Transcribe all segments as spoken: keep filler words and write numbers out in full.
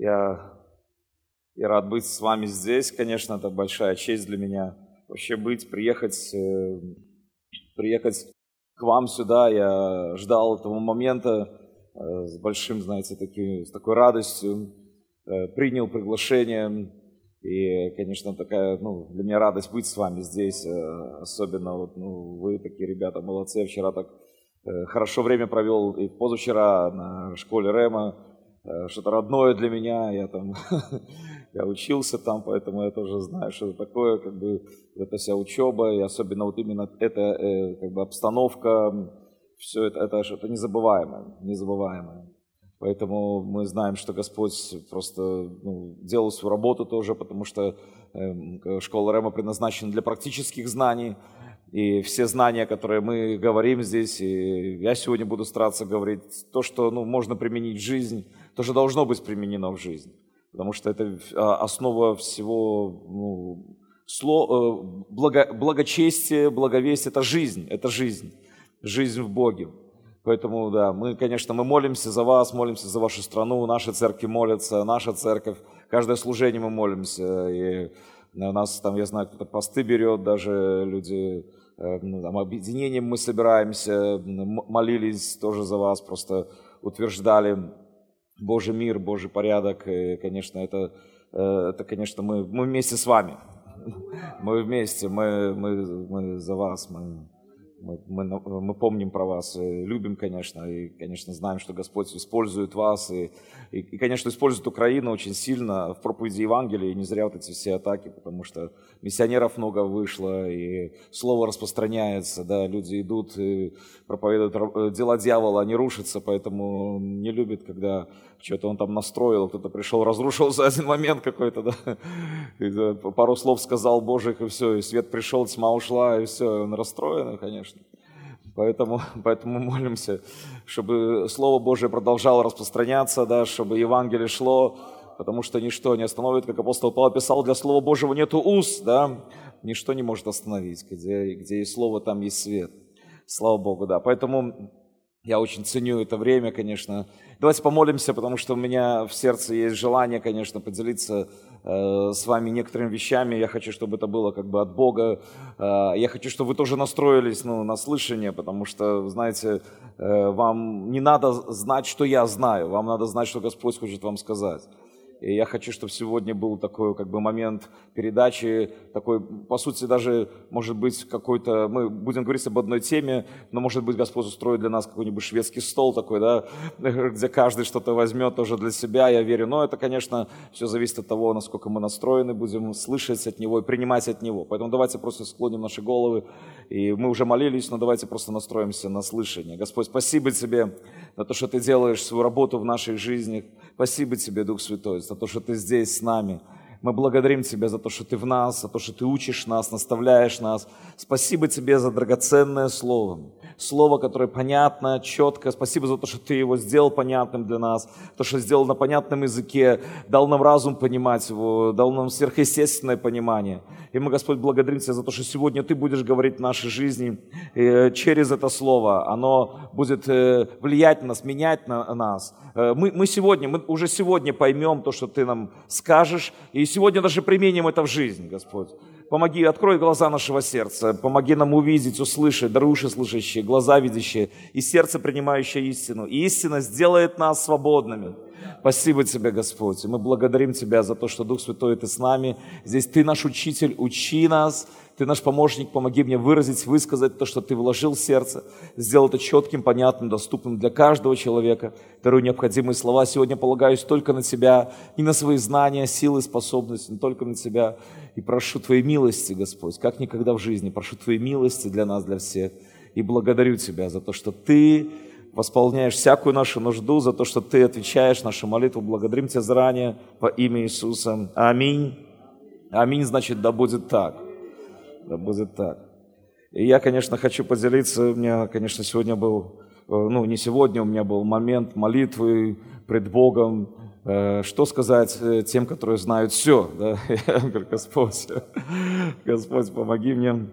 Я, я рад быть с вами здесь. Конечно, это большая честь для меня вообще быть, приехать, э, приехать к вам сюда. Я ждал этого момента э, с большим, знаете, таки, с такой радостью, э, принял приглашение. И, конечно, такая, ну, для меня радость быть с вами здесь. Э, особенно вот, ну, вы такие ребята молодцы. Я вчера так э, хорошо время провел и позавчера на школе Рема. Что-то родное для меня, я там, я учился там, поэтому я тоже знаю, что это такое, как бы, это вся учеба, и особенно вот именно эта, э, как бы, обстановка, все это, это что-то незабываемое, незабываемое. Поэтому мы знаем, что Господь просто, ну, делал свою работу тоже, потому что э, школа Рема предназначена для практических знаний, и все знания, которые мы говорим здесь, и я сегодня буду стараться говорить, то, что, ну, можно применить в жизнь, то, что должно быть применено в жизнь. Потому что это основа всего, ну, сло, благо, благочестие, благовестие – это жизнь, это жизнь, жизнь в Боге. Поэтому, да, мы, конечно, мы молимся за вас, молимся за вашу страну, наши церкви молятся, наша церковь, каждое служение мы молимся, и у нас там, я знаю, кто-то посты берет, даже люди, там, объединением мы собираемся, молились тоже за вас, просто утверждали Божий мир, Божий порядок, и, конечно, это, это конечно, мы, мы вместе с вами, мы вместе, мы, мы, мы за вас, мы... Мы, мы, мы помним про вас, любим, конечно, и, конечно, знаем, что Господь использует вас, и, и, и, конечно, использует Украину очень сильно в проповеди Евангелия, и не зря вот эти все атаки, потому что миссионеров много вышло, и слово распространяется, да, люди идут и проповедуют, дела дьявола, они рушатся, поэтому не любят, когда что-то он там настроил, кто-то пришел, разрушил за один момент какой-то, да, и пару слов сказал Божьих, и все, и свет пришел, тьма ушла, и все, он расстроен, конечно. Поэтому, поэтому молимся, чтобы Слово Божие продолжало распространяться, да, чтобы Евангелие шло, потому что ничто не остановит, как апостол Павел писал, для Слова Божьего нету уст, да, ничто не может остановить, где, где есть Слово, там есть свет. Слава Богу, да, поэтому я очень ценю это время, конечно. Давайте помолимся, потому что у меня в сердце есть желание, конечно, поделиться э, с вами некоторыми вещами. Я хочу, чтобы это было как бы от Бога. Э, я хочу, чтобы вы тоже настроились, ну, на слышание, потому что, знаете, э, вам не надо знать, что я знаю, вам надо знать, что Господь хочет вам сказать. И я хочу, чтобы сегодня был такой как бы момент передачи, такой, по сути, даже, может быть, какой-то, мы будем говорить об одной теме, но, может быть, Господь устроит для нас какой-нибудь шведский стол такой, да, где каждый что-то возьмет тоже для себя, я верю. Но это, конечно, все зависит от того, насколько мы настроены, будем слышать от Него и принимать от Него. Поэтому давайте просто склоним наши головы, и мы уже молились, но давайте просто настроимся на слышание. Господь, спасибо Тебе за то, что Ты делаешь свою работу в наших жизнях. Спасибо Тебе, Дух Святой, за то, что Ты здесь с нами. Мы благодарим Тебя за то, что Ты в нас, за то, что Ты учишь нас, наставляешь нас. Спасибо Тебе за драгоценное Слово. Слово, которое понятно, четко. Спасибо за то, что Ты его сделал понятным для нас, то, что сделал на понятном языке, дал нам разум понимать его, дал нам сверхъестественное понимание. И мы, Господь, благодарим Тебя за то, что сегодня Ты будешь говорить в нашей жизни через это Слово. Оно будет влиять на нас, менять на нас. Мы, мы сегодня, мы уже сегодня поймем то, что Ты нам скажешь, и сегодня даже применим это в жизнь, Господь. Помоги, открой глаза нашего сердца, помоги нам увидеть, услышать, дар уши слышащие, глаза видящие и сердце, принимающее истину. И истина сделает нас свободными. Спасибо Тебе, Господь. И мы благодарим Тебя за то, что Дух Святой, Ты с нами. Здесь Ты наш учитель, учи нас. Ты наш помощник, помоги мне выразить, высказать то, что Ты вложил в сердце. Сделай это четким, понятным, доступным для каждого человека. Даруй необходимые слова. Сегодня полагаюсь только на Тебя, не на свои знания, силы, способности, но только на Тебя. И прошу Твоей милости, Господь, как никогда в жизни. Прошу Твоей милости для нас, для всех. И благодарю Тебя за то, что Ты восполняешь всякую нашу нужду, за то, что Ты отвечаешь нашу молитву. Благодарим Тебя заранее во имя Иисуса. Аминь. Аминь, значит, да будет так. Да будет так. И я, конечно, хочу поделиться. У меня, конечно, сегодня был, ну, не сегодня, у меня был момент молитвы пред Богом. Что сказать тем, которые знают все? Да? Я говорю, Господь, Господь, помоги мне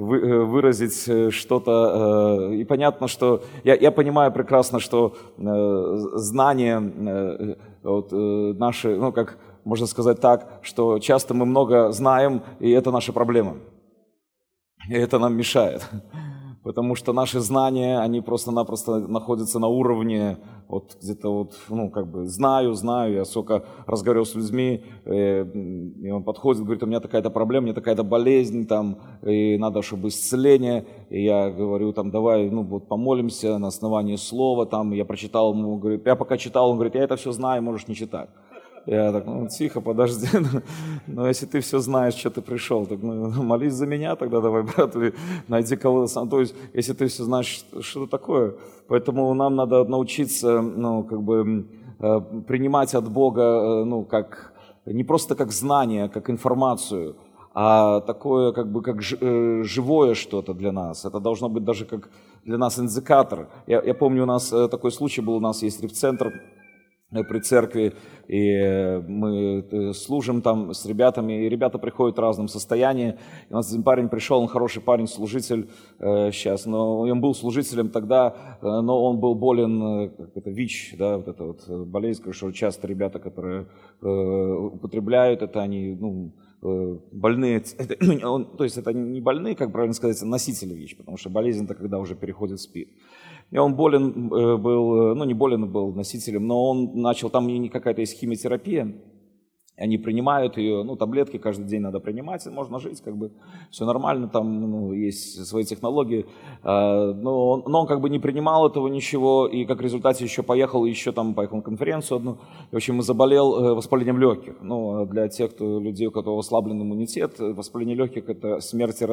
выразить что-то. И понятно, что я, я понимаю прекрасно, что знание, вот, э, наши, ну, как можно сказать так, что часто мы много знаем, и это наша проблема. И это нам мешает. Потому что наши знания, они просто-напросто находятся на уровне, вот где-то вот, ну, как бы, знаю, знаю, я сколько разговаривал с людьми, э, и он подходит, говорит, у меня такая-то проблема, у меня такая-то болезнь, там, и надо, чтобы исцеление, и я говорю, там, давай, ну, вот помолимся на основании слова, там, я прочитал ему, говорит, я пока читал, он говорит, я это все знаю, можешь не читать. Я так, ну, тихо, подожди, но если ты все знаешь, что ты пришел, так ну, молись за меня тогда, давай, брат, или найди кого-то сам. То есть, если ты все знаешь, что это такое. Поэтому нам надо научиться, ну, как бы, принимать от Бога, ну, как, не просто как знание, как информацию, а такое, как бы, как живое что-то для нас. Это должно быть даже как для нас индикатор. Я, я помню, у нас такой случай был, у нас есть репцентр при церкви, и мы служим там с ребятами, и ребята приходят в разном состоянии. И у нас один парень пришел, он хороший парень, служитель э, сейчас, но он был служителем тогда, э, но он был болен, как это, ВИЧ, да, вот это вот болезнь, что часто ребята, которые э, употребляют, это они, ну, э, больные, это, ну, он, то есть это не больные, как правильно сказать, носители ВИЧ, потому что болезнь-то когда уже переходит в СПИД. И он болен был, ну не болен был носителем, но он начал, там не какая-то есть химиотерапия, они принимают ее, ну таблетки каждый день надо принимать, можно жить, как бы все нормально, там ну, есть свои технологии, но он, но он как бы не принимал этого ничего, и как в результате еще поехал, еще там поехал на конференцию одну, и, в общем, и заболел воспалением легких. Ну, для тех кто, людей, у которых ослаблен иммунитет, воспаление легких это смерти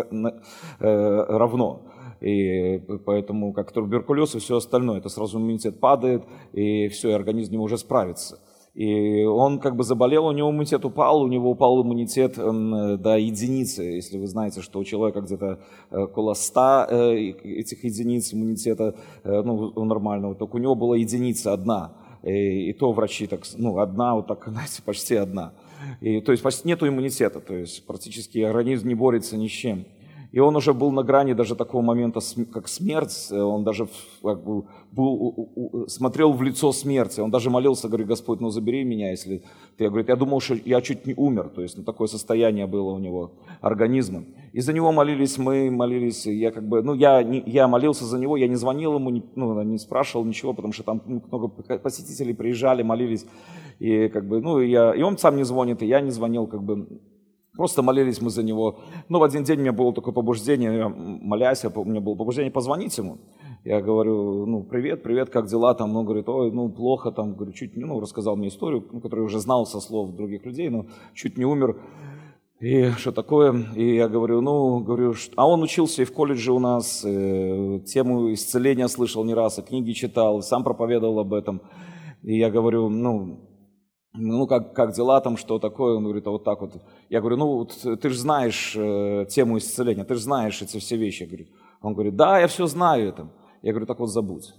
равно. И поэтому, как туберкулез и все остальное, это сразу иммунитет падает, и все, и организм не может справиться. И он как бы заболел, у него иммунитет упал, у него упал иммунитет до единицы. Если вы знаете, что у человека где-то около ста этих единиц иммунитета, ну, нормального, только у него была единица одна. И, и то врачи так, ну, одна, вот так, знаете, почти одна. И, то есть почти нету иммунитета, то есть практически организм не борется ни с чем. И он уже был на грани даже такого момента, как смерть, он даже как бы, был, смотрел в лицо смерти, он даже молился, говорит, Господь, ну забери меня, если ты, я, говорит, я думал, что я чуть не умер, то есть ну, такое состояние было у него организма. И за него молились мы, молились, я как бы, ну я, не, я молился за него, я не звонил ему, не, ну, не спрашивал ничего, потому что там много посетителей приезжали, молились, и как бы, ну я, и он сам не звонит, и я не звонил, как бы. Просто молились мы за него. Но в один день у меня было такое побуждение, я молясь, у меня было побуждение позвонить ему. Я говорю, ну, привет, привет, как дела там? Ну, говорит, ой, ну, плохо там, говорю, чуть не, ну, рассказал мне историю, которую уже знал со слов других людей, но чуть не умер. И что такое? И я говорю, ну, говорю, что... а он учился и в колледже у нас, э, тему исцеления слышал не раз, и книги читал, сам проповедовал об этом. И я говорю, ну... Ну, как, как дела там, что такое? Он говорит, а вот так вот. Я говорю, ну, вот, ты же знаешь э, тему исцеления, ты же знаешь эти все вещи. Я говорю, он говорит, да, я все знаю это. Я говорю, так вот забудь.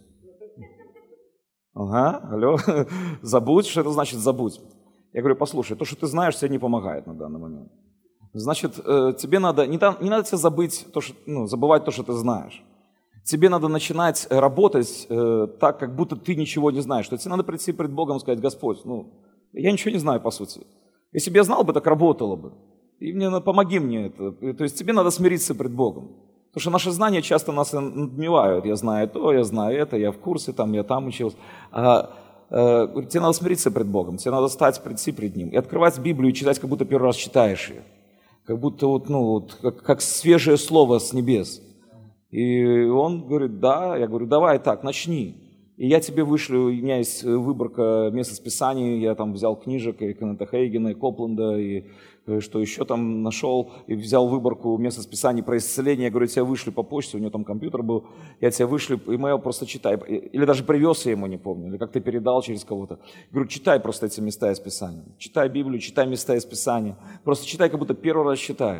Ага, алло, забудь, что это значит забудь? Я говорю, послушай, то, что ты знаешь, тебе не помогает на данный момент. Значит, э, тебе надо, не, не надо тебе забыть, то, что, ну, забывать то, что ты знаешь. Тебе надо начинать работать э, так, как будто ты ничего не знаешь. Что тебе надо прийти пред Богом и сказать, Господь, ну, я ничего не знаю, по сути. Если бы я знал бы, так работало бы. И мне, помоги мне это. То есть тебе надо смириться пред Богом. Потому что наши знания часто нас надмевают. Я знаю то, я знаю это, я в курсе, там, я там учился. А, а, тебе надо смириться пред Богом. Тебе надо стать, прийти пред Ним. И открывать Библию и читать, как будто первый раз читаешь ее. Как будто вот, ну, вот, как, как свежее слово с небес. И он говорит, да. Я говорю, давай так, начни. И я тебе вышлю, у меня есть выборка мест из Писаний, я там взял книжек и Кеннета Хейгена, и Копленда, и что еще там нашел, и взял выборку мест из Писаний про исцеление, я говорю, я тебе вышлю по почте, у него там компьютер был, я тебе вышлю, имейл просто читай, или даже привез я ему, не помню, или как ты передал через кого-то. Я говорю, читай просто эти места из Писания, читай Библию, читай места из Писания, просто читай, как будто первый раз читаешь.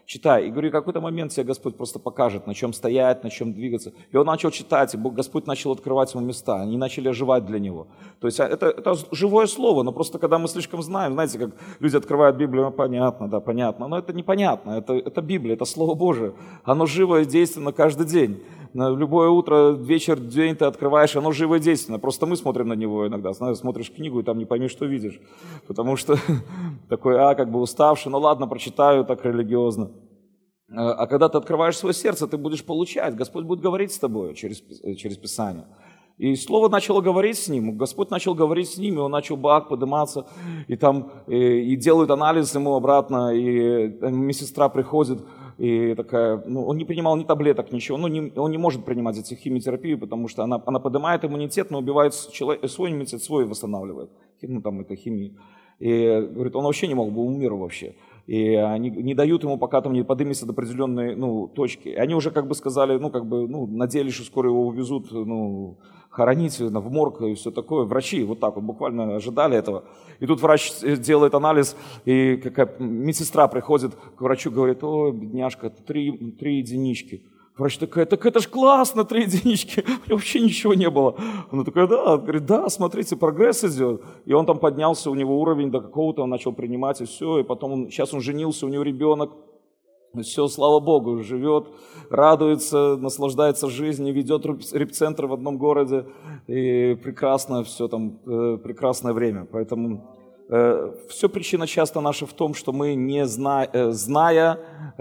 читай. И говорю, в какой-то момент тебе Господь просто покажет, на чем стоять, на чем двигаться. И он начал читать, и Господь начал открывать ему места, они начали оживать для него. То есть это, это живое слово, но просто когда мы слишком знаем, знаете, как люди открывают Библию, ну, понятно, да, понятно, но это непонятно, это, это Библия, это Слово Божие, оно живое и действенно каждый день. На любое утро, вечер, день ты открываешь, оно живо и действенно. Просто мы смотрим на него иногда, знаешь, смотришь книгу и там не поймешь, что видишь. Потому что такой, а, как бы уставший, ну ладно, прочитаю так религиозно. А когда ты открываешь свое сердце, ты будешь получать, Господь будет говорить с тобой через, через Писание. И Слово начало говорить с ним, Господь начал говорить с ним, и он начал бак подниматься, и там и, и делают анализ ему обратно, и медсестра приходит, и такая, ну, он не принимал ни таблеток, ничего, ну, не, он не может принимать эти химиотерапию, потому что она, она поднимает иммунитет, но убивает человек, свой иммунитет, свой восстанавливает, ну, там, это химия. И, говорит, он вообще не мог бы, умер вообще. И они не дают ему, пока там не поднимется до определенной, ну, точки. И они уже как бы сказали, ну, как бы, ну, надеялись, что скоро его увезут, ну, хоронить в морг и все такое. Врачи вот так вот буквально ожидали этого. И тут врач делает анализ, и какая медсестра приходит к врачу, говорит, о, бедняжка, три, три единички. Врач такая, так это ж классно, три единички, вообще ничего не было. Она такая, да, говорит, да, смотрите, прогресс идет. И он там поднялся, у него уровень до какого-то, он начал принимать, и все. И потом, он, сейчас он женился, у него ребенок. Все, слава Богу, живет, радуется, наслаждается жизнью, ведет реп-центр в одном городе. И прекрасно, все там, э, прекрасное время. Поэтому... Все причина часто наша в том, что мы, не зная, зная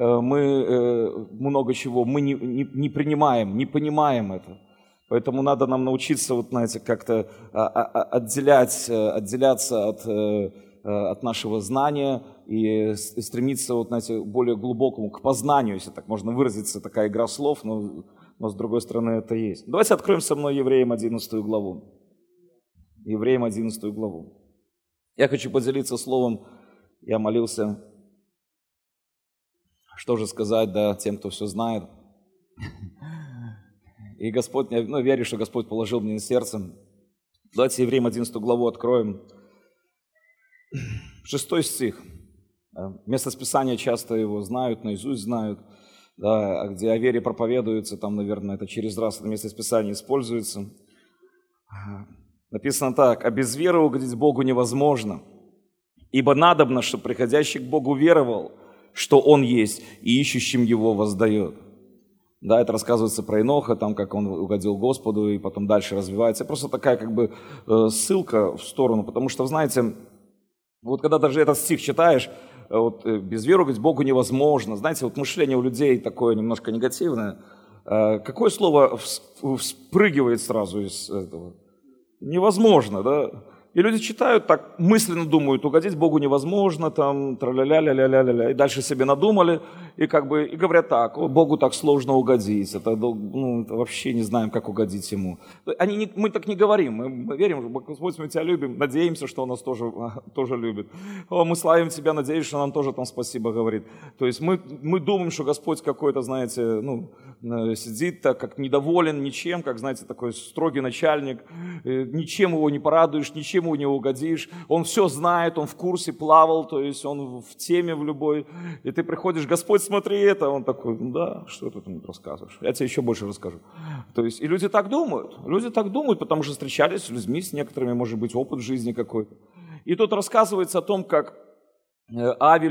мы много чего, мы не, не, не принимаем, не понимаем это. Поэтому надо нам научиться, вот, знаете, как-то отделять, отделяться от, от нашего знания и стремиться, вот, знаете, более глубокому, к познанию, если так можно выразиться, такая игра слов, но, но с другой стороны это есть. Давайте откроем со мной Евреям одиннадцатую главу. Евреям одиннадцатую главу. Я хочу поделиться словом, я молился, что же сказать, да, тем, кто все знает. И Господь, ну, верю, что Господь положил мне на сердце. Давайте Евреям одиннадцатую главу откроем. Шестой стих. Место Писания часто его знают, наизусть знают, да, где о вере проповедуется, там, наверное, это через раз это место Писания используется. Написано так, а без веры угодить Богу невозможно, ибо надобно, чтобы приходящий к Богу веровал, что Он есть, и ищущим Его воздает. Да, это рассказывается про Еноха, там, как он угодил Господу, и потом дальше развивается. Просто такая, как бы, ссылка в сторону, потому что, знаете, вот когда даже этот стих читаешь, вот, без веры угодить Богу невозможно. Знаете, вот мышление у людей такое немножко негативное. Какое слово вспрыгивает сразу из этого? Невозможно, да? И люди читают так, мысленно думают, угодить Богу невозможно, там, тра-ля-ля-ля-ля-ля-ля, и дальше себе надумали, и как бы, и говорят так, о, Богу так сложно угодить, это, ну, это вообще не знаем, как угодить Ему. Они не, мы так не говорим, мы, мы верим, что Господь, мы Тебя любим, надеемся, что Он нас тоже, тоже любит. О, мы славим Тебя, надеемся, что нам тоже там спасибо говорит. То есть мы, мы думаем, что Господь какой-то, знаете, ну, сидит так, как недоволен ничем, как, знаете, такой строгий начальник, ничем его не порадуешь, ничем ему не угодишь, он все знает, он в курсе плавал, то есть он в теме в любой, и ты приходишь, Господь, смотри это, он такой, ну да, что ты тут рассказываешь, я тебе еще больше расскажу. То есть, и люди так думают, люди так думают, потому что встречались с людьми, с некоторыми, может быть, опыт жизни какой-то. И тут рассказывается о том, как Авель,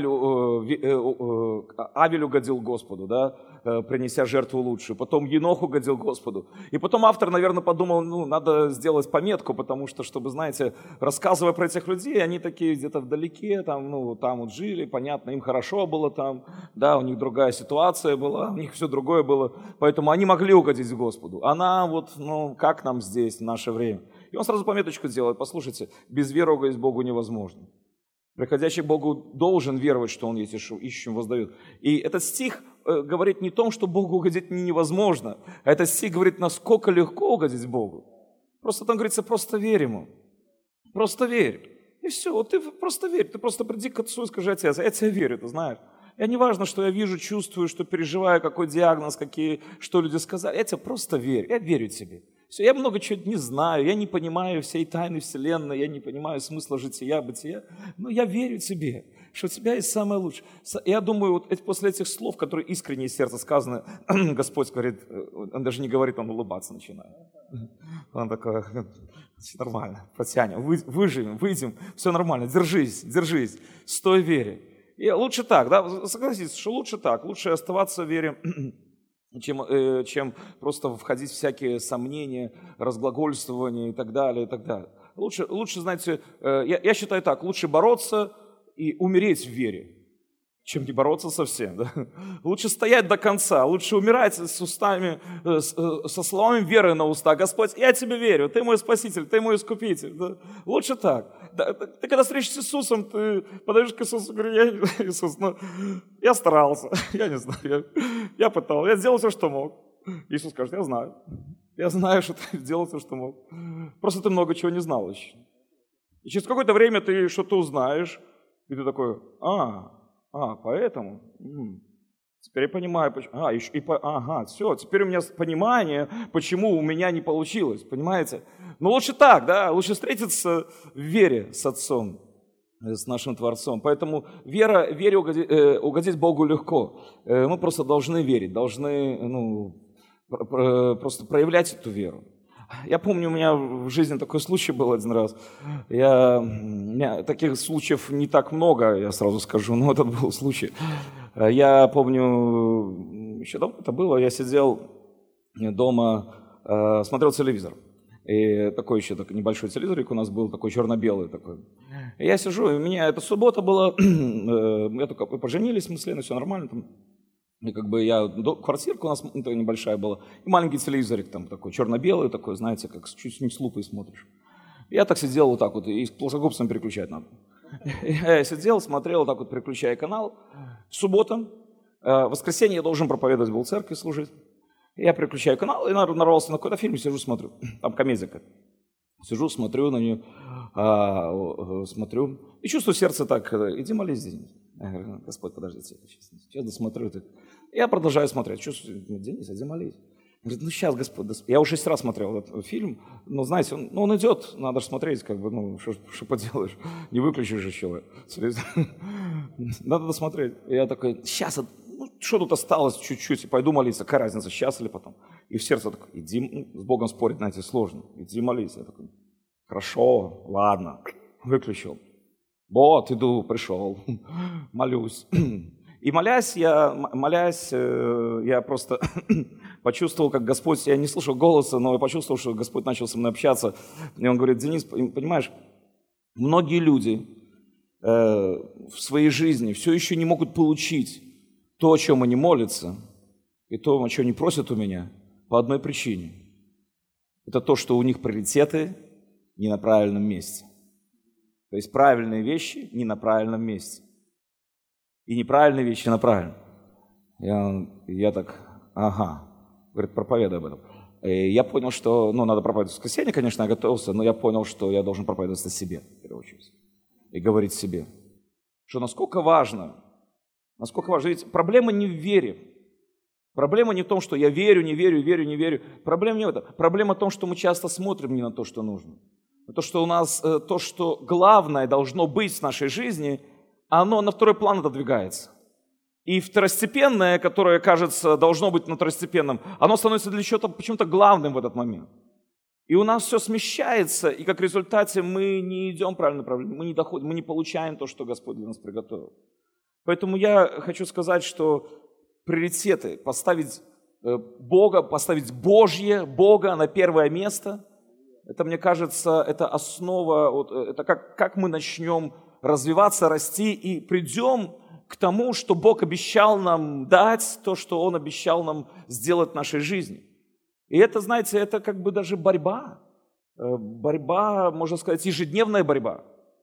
Авель угодил Господу, да, принеся жертву лучшую. Потом Енох угодил Господу. И потом автор, наверное, подумал, ну, надо сделать пометку, потому что, чтобы, знаете, рассказывая про этих людей, они такие где-то вдалеке, там, ну, там вот жили, понятно, им хорошо было там, да, у них другая ситуация была, у них все другое было, поэтому они могли угодить Господу. А нам вот, ну, как нам здесь в наше время? И он сразу пометочку делает, послушайте, без веры угодить Богу невозможно. Приходящий к Богу должен веровать, что Он есть, ищущим воздает. И этот стих говорит не о том, что Богу угодить невозможно, а этот стих говорит, насколько легко угодить Богу. Просто там говорится, просто верь Ему. Просто верь. И все, вот ты просто верь. Ты просто приди к Отцу и скажи, Отец, я тебе верю, ты знаешь. И не важно, что я вижу, чувствую, что переживаю, какой диагноз, какие, что люди сказали. Я тебе просто верю, я верю тебе. Все, я много чего не знаю, я не понимаю всей тайны Вселенной, я не понимаю смысла жития, бытия, но я верю тебе, что у тебя есть самое лучшее. Я думаю, вот после этих слов, которые искренне из сердца сказаны, Господь говорит, он даже не говорит, он улыбаться начинает. Он такой, нормально, потянем, вы, выживем, выйдем, все нормально, держись, держись, стой в вере. И лучше так, да, согласитесь, что лучше так, лучше оставаться в вере, чем, э, чем просто входить в всякие сомнения, разглагольствования и так далее, и так далее. Лучше, лучше знаете, э, я, я считаю так, лучше бороться и умереть в вере, чем не бороться совсем. Да? Лучше стоять до конца, лучше умирать с устами, э, с, э, со словами веры на устах. Господь, я тебе верю, ты мой спаситель, ты мой искупитель. Да? Лучше так. Да, ты когда встретишься с Иисусом, ты подойдешь к Иисусу и говоришь, я, Иисус, ну, я старался, я не знаю, я, я пытался, я сделал все, что мог. Иисус скажет, я знаю, я знаю, что ты сделал все, что мог. Просто ты много чего не знал еще. И через какое-то время ты что-то узнаешь, и ты такой, а, а, поэтому, м-м, теперь я понимаю, почему, а, еще, и по, ага, все, теперь у меня понимание, почему у меня не получилось, понимаете? Но лучше так, да, лучше встретиться в вере с Отцом, с нашим Творцом. Поэтому вера, вере угодить, э, угодить Богу легко. Э, мы просто должны верить, должны, ну, про, про, просто проявлять эту веру. Я помню, у меня в жизни такой случай был один раз. Я, у меня таких случаев не так много, я сразу скажу, но этот был случай. Я помню, еще давно это было, я сидел дома, смотрел телевизор. И такой еще такой небольшой телевизорик у нас был, такой черно-белый такой. И я сижу, и у меня эта суббота была, мы только поженились, в смысле, ну все нормально там. И как бы я, квартирка у нас небольшая была, и маленький телевизорик там такой, черно-белый такой, знаете, как чуть-чуть с лупой смотришь. Я так сидел вот так вот, и с плоскогубцем переключать надо. Я сидел, смотрел, так вот переключая канал. Суббота, в воскресенье я должен проповедовать, был в церкви служить. Я переключаю канал и нарвался на какой-то фильм, сижу, смотрю. Там комедия какая-то. Сижу, смотрю на нее, а, смотрю, и чувствую сердце так, иди молись, Денис. Я говорю, Господь, подождите, сейчас, сейчас досмотрю. Я продолжаю смотреть, чувствую, Денис, иди молись. Говорит, ну сейчас, Господь, дос... я уже шесть раз смотрел этот фильм, но знаете, он, ну, он идет, надо же смотреть, как бы, ну, что поделаешь, не выключишь же человек. Надо досмотреть. И я такой, сейчас, ну, что тут осталось чуть-чуть, и пойду молиться, какая разница, сейчас или потом. И в сердце такой, иди, ну, с Богом спорить, знаете, сложно, иди молись. Я такой, хорошо, ладно, выключил. Вот, иду, пришел, молюсь. И молясь, я, молясь, я просто почувствовал, как Господь, я не слышал голоса, но я почувствовал, что Господь начал со мной общаться. И Он говорит, Денис, понимаешь, многие люди э, в своей жизни все еще не могут получить то, о чем они молятся, и то, о чем они просят у меня, по одной причине. Это то, что у них приоритеты не на правильном месте. То есть правильные вещи не на правильном месте. И неправильные вещи на правильном. Я, я так, ага, говорит, проповедуй об этом. И я понял, что, ну, надо проповедовать в воскресенье, конечно, я готовился, но я понял, что я должен проповедовать о себе, в первую очередь. И говорить себе, что насколько важно, насколько важно, ведь проблема не в вере. Проблема не в том, что я верю, не верю, верю, не верю. Проблема не в этом. Проблема в том, что мы часто смотрим не на то, что нужно. На то, что у нас, то, что главное должно быть в нашей жизни, оно на второй план отодвигается. И второстепенное, которое, кажется, должно быть второстепенным, оно становится для чего-то почему-то главным в этот момент. И у нас все смещается, и как результате мы не идем правильно, правильно, мы не доходим, мы не получаем то, что Господь для нас приготовил. Поэтому я хочу сказать, что приоритеты, поставить Бога, поставить Божье, Бога на первое место, это, мне кажется, это основа, вот, это как, как мы начнем развиваться, расти и придем к тому, что Бог обещал нам дать, то, что Он обещал нам сделать в нашей жизни. И это, знаете, это как бы даже борьба. Борьба, можно сказать, ежедневная борьба.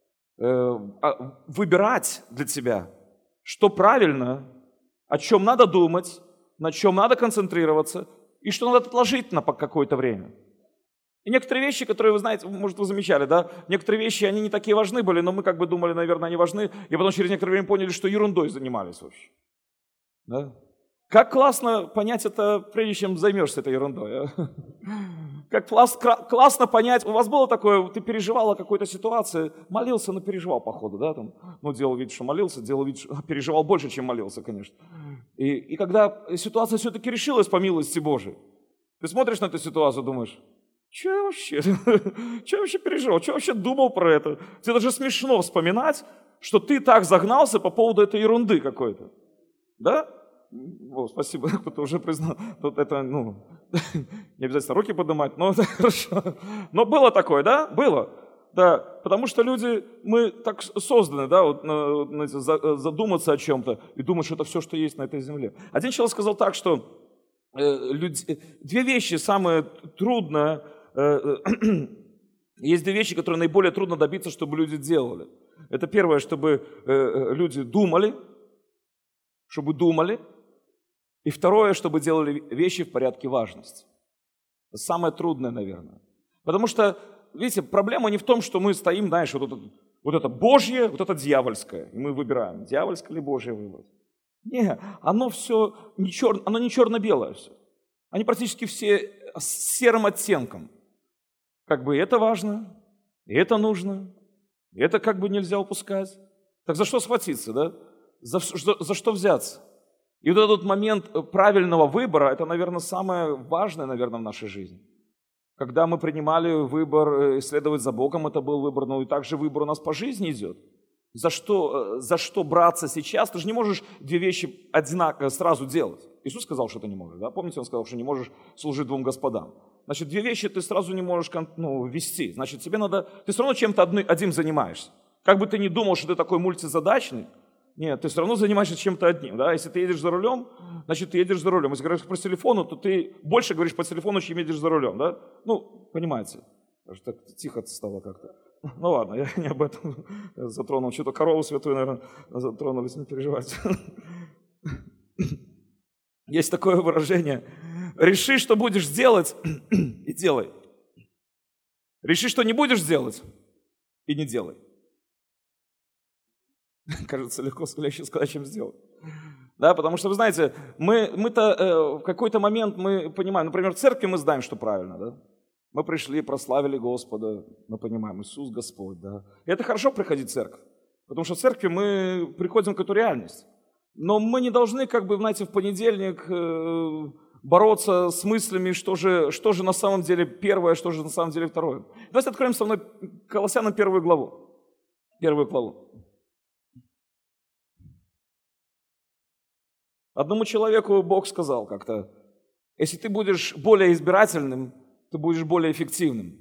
Выбирать для тебя, что правильно, о чем надо думать, на чем надо концентрироваться и что надо отложить на какое-то время. И некоторые вещи, которые, вы знаете, может, вы замечали, да, некоторые вещи, они не такие важны были, но мы как бы думали, наверное, они важны, и потом через некоторое время поняли, что ерундой занимались вообще. Да? Как классно понять это, прежде чем займешься этой ерундой. А? Как класс, классно понять, у вас было такое, ты переживал о какой-то ситуации, молился, но переживал по ходу, да, там, ну, делал вид, что молился, делал вид, что переживал больше, чем молился, конечно. И, и когда ситуация все-таки решилась по милости Божией, ты смотришь на эту ситуацию, думаешь, что я вообще, что я вообще переживал, что я вообще думал про это? Тебе даже смешно вспоминать, что ты так загнался по поводу этой ерунды какой-то, да? О, спасибо, кто-то уже признал. Тут это, ну, не обязательно руки поднимать, но это хорошо. Но было такое, да? Было. Да, потому что люди, мы так созданы, да, вот, знаете, задуматься о чем-то и думать, что это все, что есть на этой земле. Один человек сказал так, что э, люди, две вещи самые трудные, э, э, есть две вещи, которые наиболее трудно добиться, чтобы люди делали. Это первое, чтобы э, люди думали, чтобы думали. И второе, чтобы делали вещи в порядке важности. Это самое трудное, наверное. Потому что, видите, проблема не в том, что мы стоим, знаешь, вот это, вот это Божье, вот это дьявольское. И мы выбираем, дьявольское или Божье выбрать. Не, оно все не, чер... оно не черно-белое все. Они практически все с серым оттенком. Как бы это важно, и это нужно, и это как бы нельзя упускать. Так за что схватиться, да? За, за, за что взяться? И вот этот момент правильного выбора, это, наверное, самое важное, наверное, в нашей жизни. Когда мы принимали выбор исследовать за Богом, это был выбор, но и также выбор у нас по жизни идет. За что, за что браться сейчас? Ты же не можешь две вещи одинаково сразу делать. Иисус сказал, что ты не можешь, да? Помните, Он сказал, что не можешь служить двум господам. Значит, две вещи ты сразу не можешь, ну, вести. Значит, тебе надо, ты все равно чем-то одним занимаешься. Как бы ты ни думал, что ты такой мультизадачный, нет, ты все равно занимаешься чем-то одним, да, если ты едешь за рулем, значит, ты едешь за рулем, если говоришь по телефону, то ты больше говоришь по телефону, чем едешь за рулем, да, ну, понимаете, так тихо стало как-то, ну ладно, я не об этом затронул, что-то корову святую, наверное, затронулись, не переживайте. Есть такое выражение, реши, что будешь делать, и делай, реши, что не будешь делать, и не делай. Кажется, легко легче сказать, чем сделать. Да, потому что, вы знаете, мы, мы-то э, в какой-то момент мы понимаем, например, в церкви мы знаем, что правильно, да? Мы пришли, прославили Господа, мы понимаем, Иисус Господь, да. И это хорошо приходить в церковь, потому что в церкви мы приходим к эту реальность. Но мы не должны, как бы, знаете, в понедельник э, бороться с мыслями, что же, что же на самом деле первое, что же на самом деле второе. Давайте откроем со мной Колоссянам первую главу. Первую главу. Одному человеку Бог сказал как-то, если ты будешь более избирательным, ты будешь более эффективным.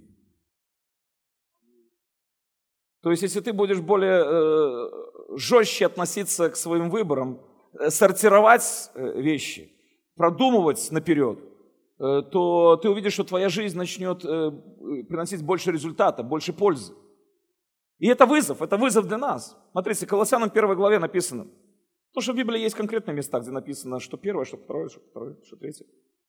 То есть, если ты будешь более э, жестче относиться к своим выборам, э, сортировать э, вещи, продумывать наперед, э, то ты увидишь, что твоя жизнь начнет э, приносить больше результата, больше пользы. И это вызов, это вызов для нас. Смотрите, Колоссянам первой главе написано, потому что в Библии есть конкретные места, где написано, что первое, что второе, что второе, что третье.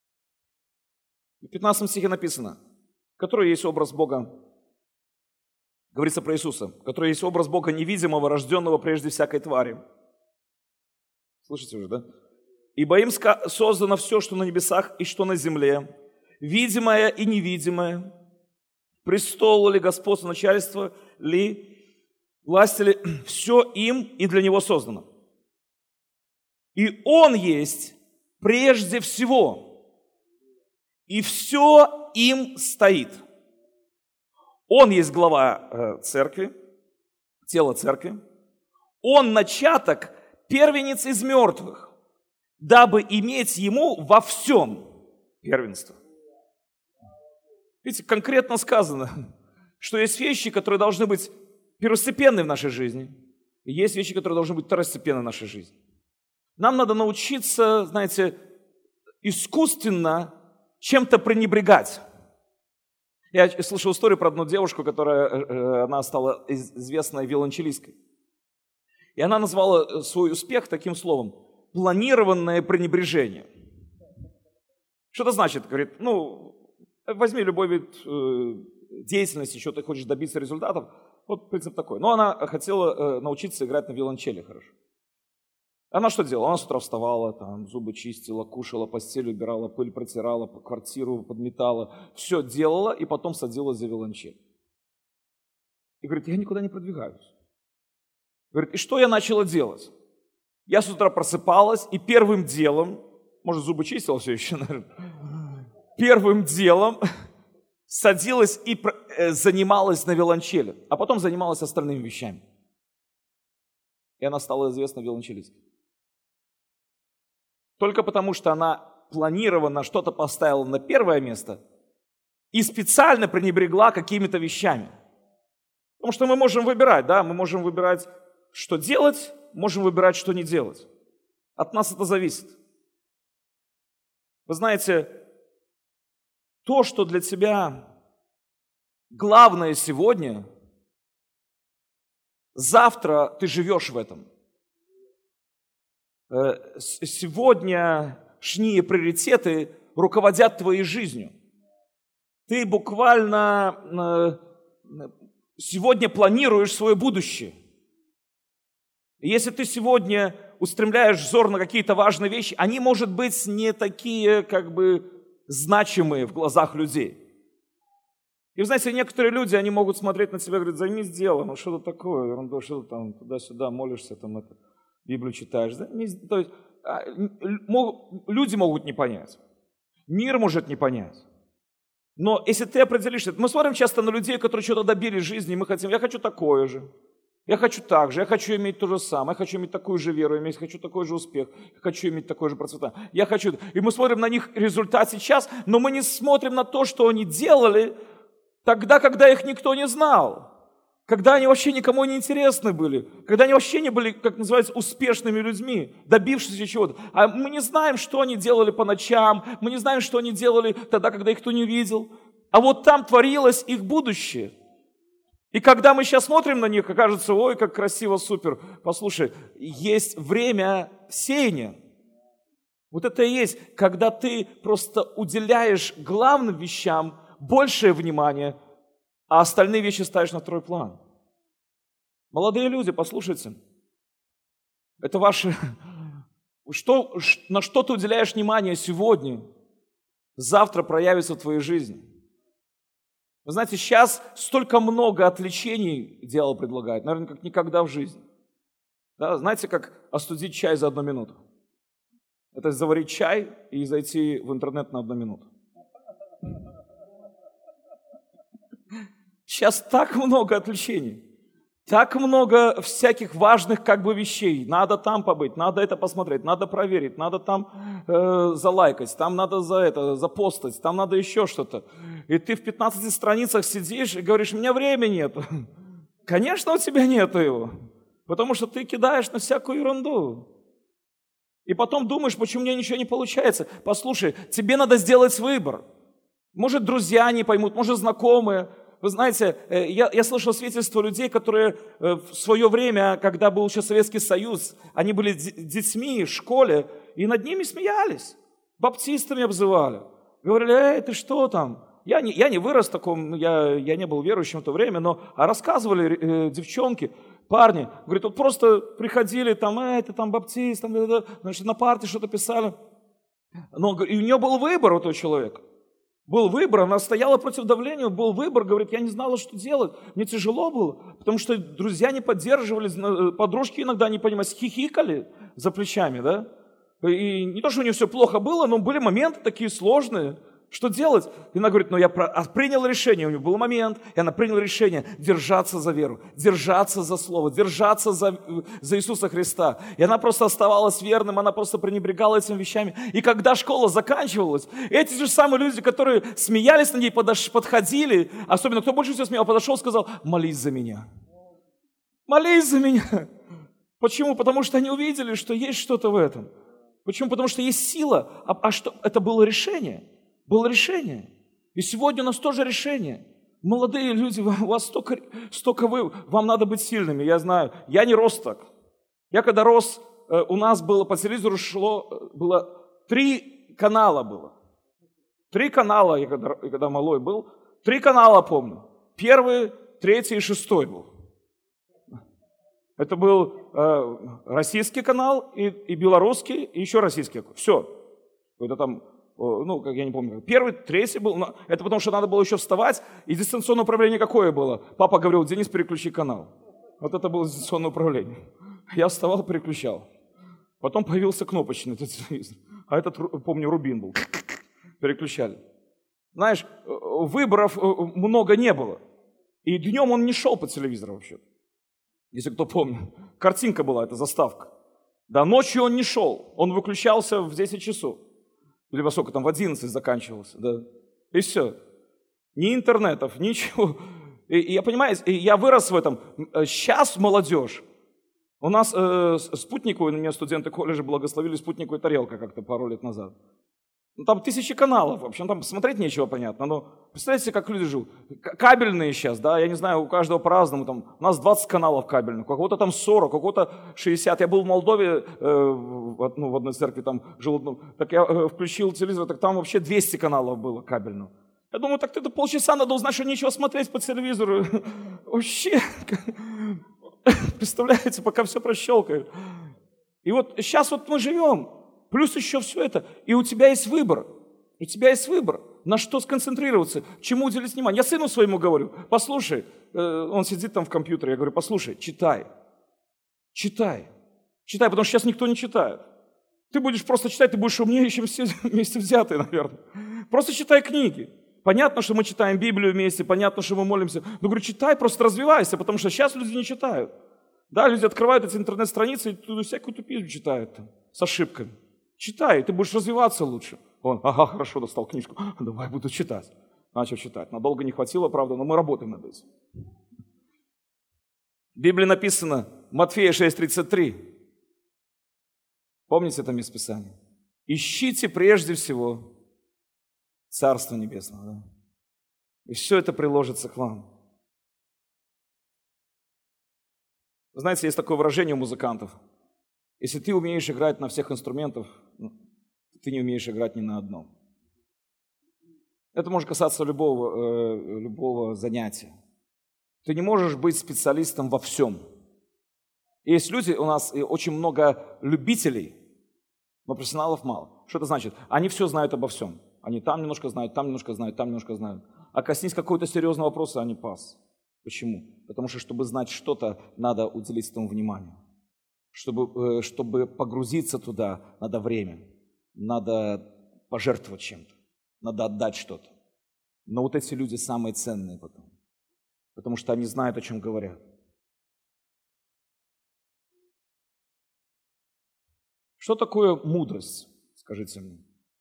В пятнадцатом стихе написано, который есть образ Бога, говорится про Иисуса, который есть образ Бога невидимого, рожденного прежде всякой твари. Слышите уже, да? Ибо им создано все, что на небесах и что на земле, видимое и невидимое, престол ли, господство, начальство ли, власть ли, все им и для него создано. И Он есть прежде всего, и все им стоит. Он есть глава э, церкви, тело церкви. Он начаток, первенец из мертвых, дабы иметь Ему во всем первенство. Видите, конкретно сказано, что есть вещи, которые должны быть первостепенны в нашей жизни, и есть вещи, которые должны быть второстепенны в нашей жизни. Нам надо научиться, знаете, искусственно чем-то пренебрегать. Я слышал историю про одну девушку, которая, она стала известной виолончелисткой. И она назвала свой успех таким словом – планированное пренебрежение. Что это значит? Говорит, ну, возьми любой вид деятельности, что ты хочешь добиться результатов. Вот принцип такой. Но она хотела научиться играть на виолончели хорошо. Она что делала? Она с утра вставала, там, зубы чистила, кушала, постель убирала, пыль протирала, квартиру подметала. Все делала и потом садилась за виолончель. И говорит, я никуда не продвигаюсь. Говорит, и что я начала делать? Я с утра просыпалась и первым делом, может, зубы чистила все еще, наверное, первым делом садилась и занималась на виолончели, а потом занималась остальными вещами. И она стала известна виолончелисткой. Только потому, что она планированно что-то поставила на первое место и специально пренебрегла какими-то вещами. Потому что мы можем выбирать, да, мы можем выбирать, что делать, можем выбирать, что не делать. От нас это зависит. Вы знаете, то, что для тебя главное сегодня, завтра ты живешь в этом. Сегодняшние приоритеты руководят твоей жизнью. Ты буквально сегодня планируешь свое будущее. И если ты сегодня устремляешь взор на какие-то важные вещи, они, может быть, не такие, как бы, значимые в глазах людей. И вы знаете, некоторые люди, они могут смотреть на тебя и говорить, займись делом, ну что-то такое, ерунда, что ты там туда-сюда молишься, там это, Библию читаешь. Да? То есть, люди могут не понять, мир может не понять. Но если ты определишься, мы смотрим часто на людей, которые что-то добились в жизни, и мы хотим, я хочу такое же, я хочу так же, я хочу иметь то же самое, я хочу иметь такую же веру, я хочу такой же успех, я хочу иметь такое же процветание, я хочу... И мы смотрим на них результат сейчас, но мы не смотрим на то, что они делали тогда, когда их никто не знал. Когда они вообще никому не интересны были, когда они вообще не были, как называется, успешными людьми, добившимися чего-то. А мы не знаем, что они делали по ночам, мы не знаем, что они делали тогда, когда их кто не видел. А вот там творилось их будущее. И когда мы сейчас смотрим на них, кажется, ой, как красиво, супер. Послушай, есть время сеяния. Вот это и есть, когда ты просто уделяешь главным вещам большее внимание, а остальные вещи ставишь на второй план. Молодые люди, послушайте, это ваше... Что, на что ты уделяешь внимание сегодня, завтра проявится в твоей жизни. Вы знаете, сейчас столько много отвлечений дьявол предлагает, наверное, как никогда в жизни. Да, знаете, как остудить чай за одну минуту? Это заварить чай и зайти в интернет на одну минуту. Сейчас так много отвлечений, так много всяких важных как бы вещей. Надо там побыть, надо это посмотреть, надо проверить, надо там э, залайкать, там надо за это, запостать, там надо еще что-то. И ты в пятнадцати страницах сидишь и говоришь, у меня времени нет. Конечно, у тебя нету его, потому что ты кидаешь на всякую ерунду. И потом думаешь, почему у меня ничего не получается. Послушай, тебе надо сделать выбор. Может, друзья не поймут, может, знакомые. Вы знаете, я, я слышал свидетельства людей, которые в свое время, когда был еще Советский Союз, они были детьми в школе, и над ними смеялись, баптистами обзывали. Говорили, эй, ты что там? Я не, я не вырос в таком, я, я не был верующим в то время, но а рассказывали э, девчонки, парни, говорят, вот просто приходили, там, эй, ты там баптист, там, да, да, значит, на парте что-то писали. Но и у нее был выбор у этого человека. Был выбор, она стояла против давления, был выбор, говорит, я не знала, что делать, мне тяжело было, потому что друзья не поддерживали, подружки иногда не понимали, хихикали за плечами, да, и не то, что у нее все плохо было, но были моменты такие сложные, что делать? И она говорит, ну я приняла решение, у нее был момент, и она приняла решение держаться за веру, держаться за Слово, держаться за, за Иисуса Христа. И она просто оставалась верным, она просто пренебрегала этими вещами. И когда школа заканчивалась, эти же самые люди, которые смеялись над ней, подходили, особенно кто больше всего смеял, подошел и сказал, молись за меня. Молись за меня. Почему? Потому что они увидели, что есть что-то в этом. Почему? Потому что есть сила, а, а что? Это было решение. Было решение. И сегодня у нас тоже решение. Молодые люди, у вас столько, столько вы, вам надо быть сильными, я знаю. Я не рос так. Я когда рос, у нас было по телевизору шло, было три канала было. Три канала, я когда, я когда малой был, три канала помню. Первый, третий и шестой был. Это был э, российский канал, и, и белорусский, и еще российский. Все. Это там, ну, как я не помню, первый, третий был. Это потому, что надо было еще вставать. И дистанционное управление какое было? Папа говорил: Денис, переключи канал. Вот это было дистанционное управление. Я вставал, переключал. Потом появился кнопочный этот телевизор. А этот, помню, Рубин был. Переключали. Знаешь, выборов много не было. И днем он не шел по телевизору вообще. Если кто помнит. Картинка была, это заставка. Да, ночью он не шел. Он выключался в десять часов. Или во сколько там, в одиннадцать заканчивался. Да. И все. Ни интернетов, ничего. И, и я понимаю, и я вырос в этом. Сейчас молодежь. У нас э, спутниковый, у меня студенты колледжа благословили спутниковую тарелку как-то пару лет назад. Ну, там тысячи каналов, в общем, там смотреть нечего, понятно. Но представляете, как люди живут? К- кабельные сейчас, да, я не знаю, у каждого по-разному. Там, у нас двадцать каналов кабельных, у кого-то там сорок, у кого-то шестьдесят. Я был в Молдове, э, в, ну, в одной церкви там жил, ну, так я э, включил телевизор, так там вообще двести каналов было кабельных. Я думаю, так это полчаса надо узнать, что нечего смотреть по телевизору. Вообще, представляете, пока все прощелкает. И вот сейчас вот мы живем. Плюс еще все это. И у тебя есть выбор. У тебя есть выбор. На что сконцентрироваться, чему уделить внимание. Я сыну своему говорю: послушай, он сидит там в компьютере, я говорю: послушай, читай. Читай. Читай, потому что сейчас никто не читает. Ты будешь просто читать, ты будешь умнее, чем все вместе взятые, наверное. Просто читай книги. Понятно, что мы читаем Библию вместе, понятно, что мы молимся. Но говорю, читай, просто развивайся, потому что сейчас люди не читают. Да, люди открывают эти интернет-страницы и туда всякую тупизм читают там, с ошибками. Читай, ты будешь развиваться лучше. Он: ага, хорошо, достал книжку, давай буду читать. Начал читать. Надолго не хватило, правда, но мы работаем над этим. В Библии написано, Матфея шесть тридцать три. Помните это местописание? Ищите прежде всего Царство Небесного. Да? И все это приложится к вам. Знаете, есть такое выражение у музыкантов. Если ты умеешь играть на всех инструментах, ты не умеешь играть ни на одном. Это может касаться любого, э, любого занятия. Ты не можешь быть специалистом во всем. Есть люди, у нас очень много любителей, но профессионалов мало. Что это значит? Они все знают обо всем. Они там немножко знают, там немножко знают, там немножко знают. А коснись какого-то серьезного вопроса, они пас. Почему? Потому что, чтобы знать что-то, надо уделить этому внимание. Чтобы, чтобы погрузиться туда, надо время. Надо пожертвовать чем-то. Надо отдать что-то. Но вот эти люди самые ценные потом. Потому что они знают, о чем говорят. Что такое мудрость? Скажите мне.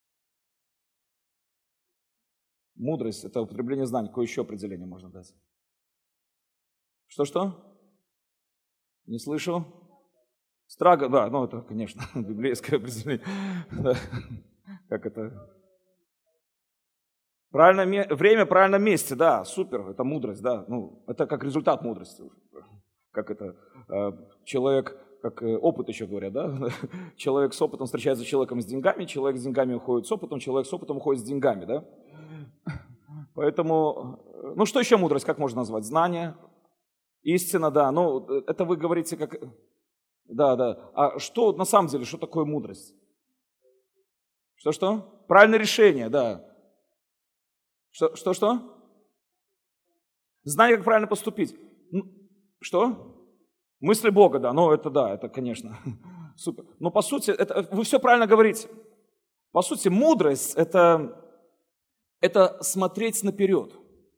Мудрость – это употребление знаний. Какое еще определение можно дать? Что-что? Не слышу? Страга, да, ну это, конечно, библейское определение. Да. Как это? Правильное время в правильном месте, да, супер, это мудрость, да. Ну, это как результат мудрости. Как это? Человек, как опыт еще говорят, да? Человек с опытом встречается с человеком с деньгами, человек с деньгами уходит с опытом, человек с опытом уходит с деньгами, да? Поэтому, ну что еще мудрость, как можно назвать? Знание, истина, да. Ну, это вы говорите как... Да, да. А что на самом деле, что такое мудрость? Что-что? Правильное решение, да. Что-что? Знание, как правильно поступить. Что? Мысли Бога, да. Ну, это да, это, конечно, супер. Но по сути, это, вы все правильно говорите. По сути, мудрость – это, это смотреть наперед.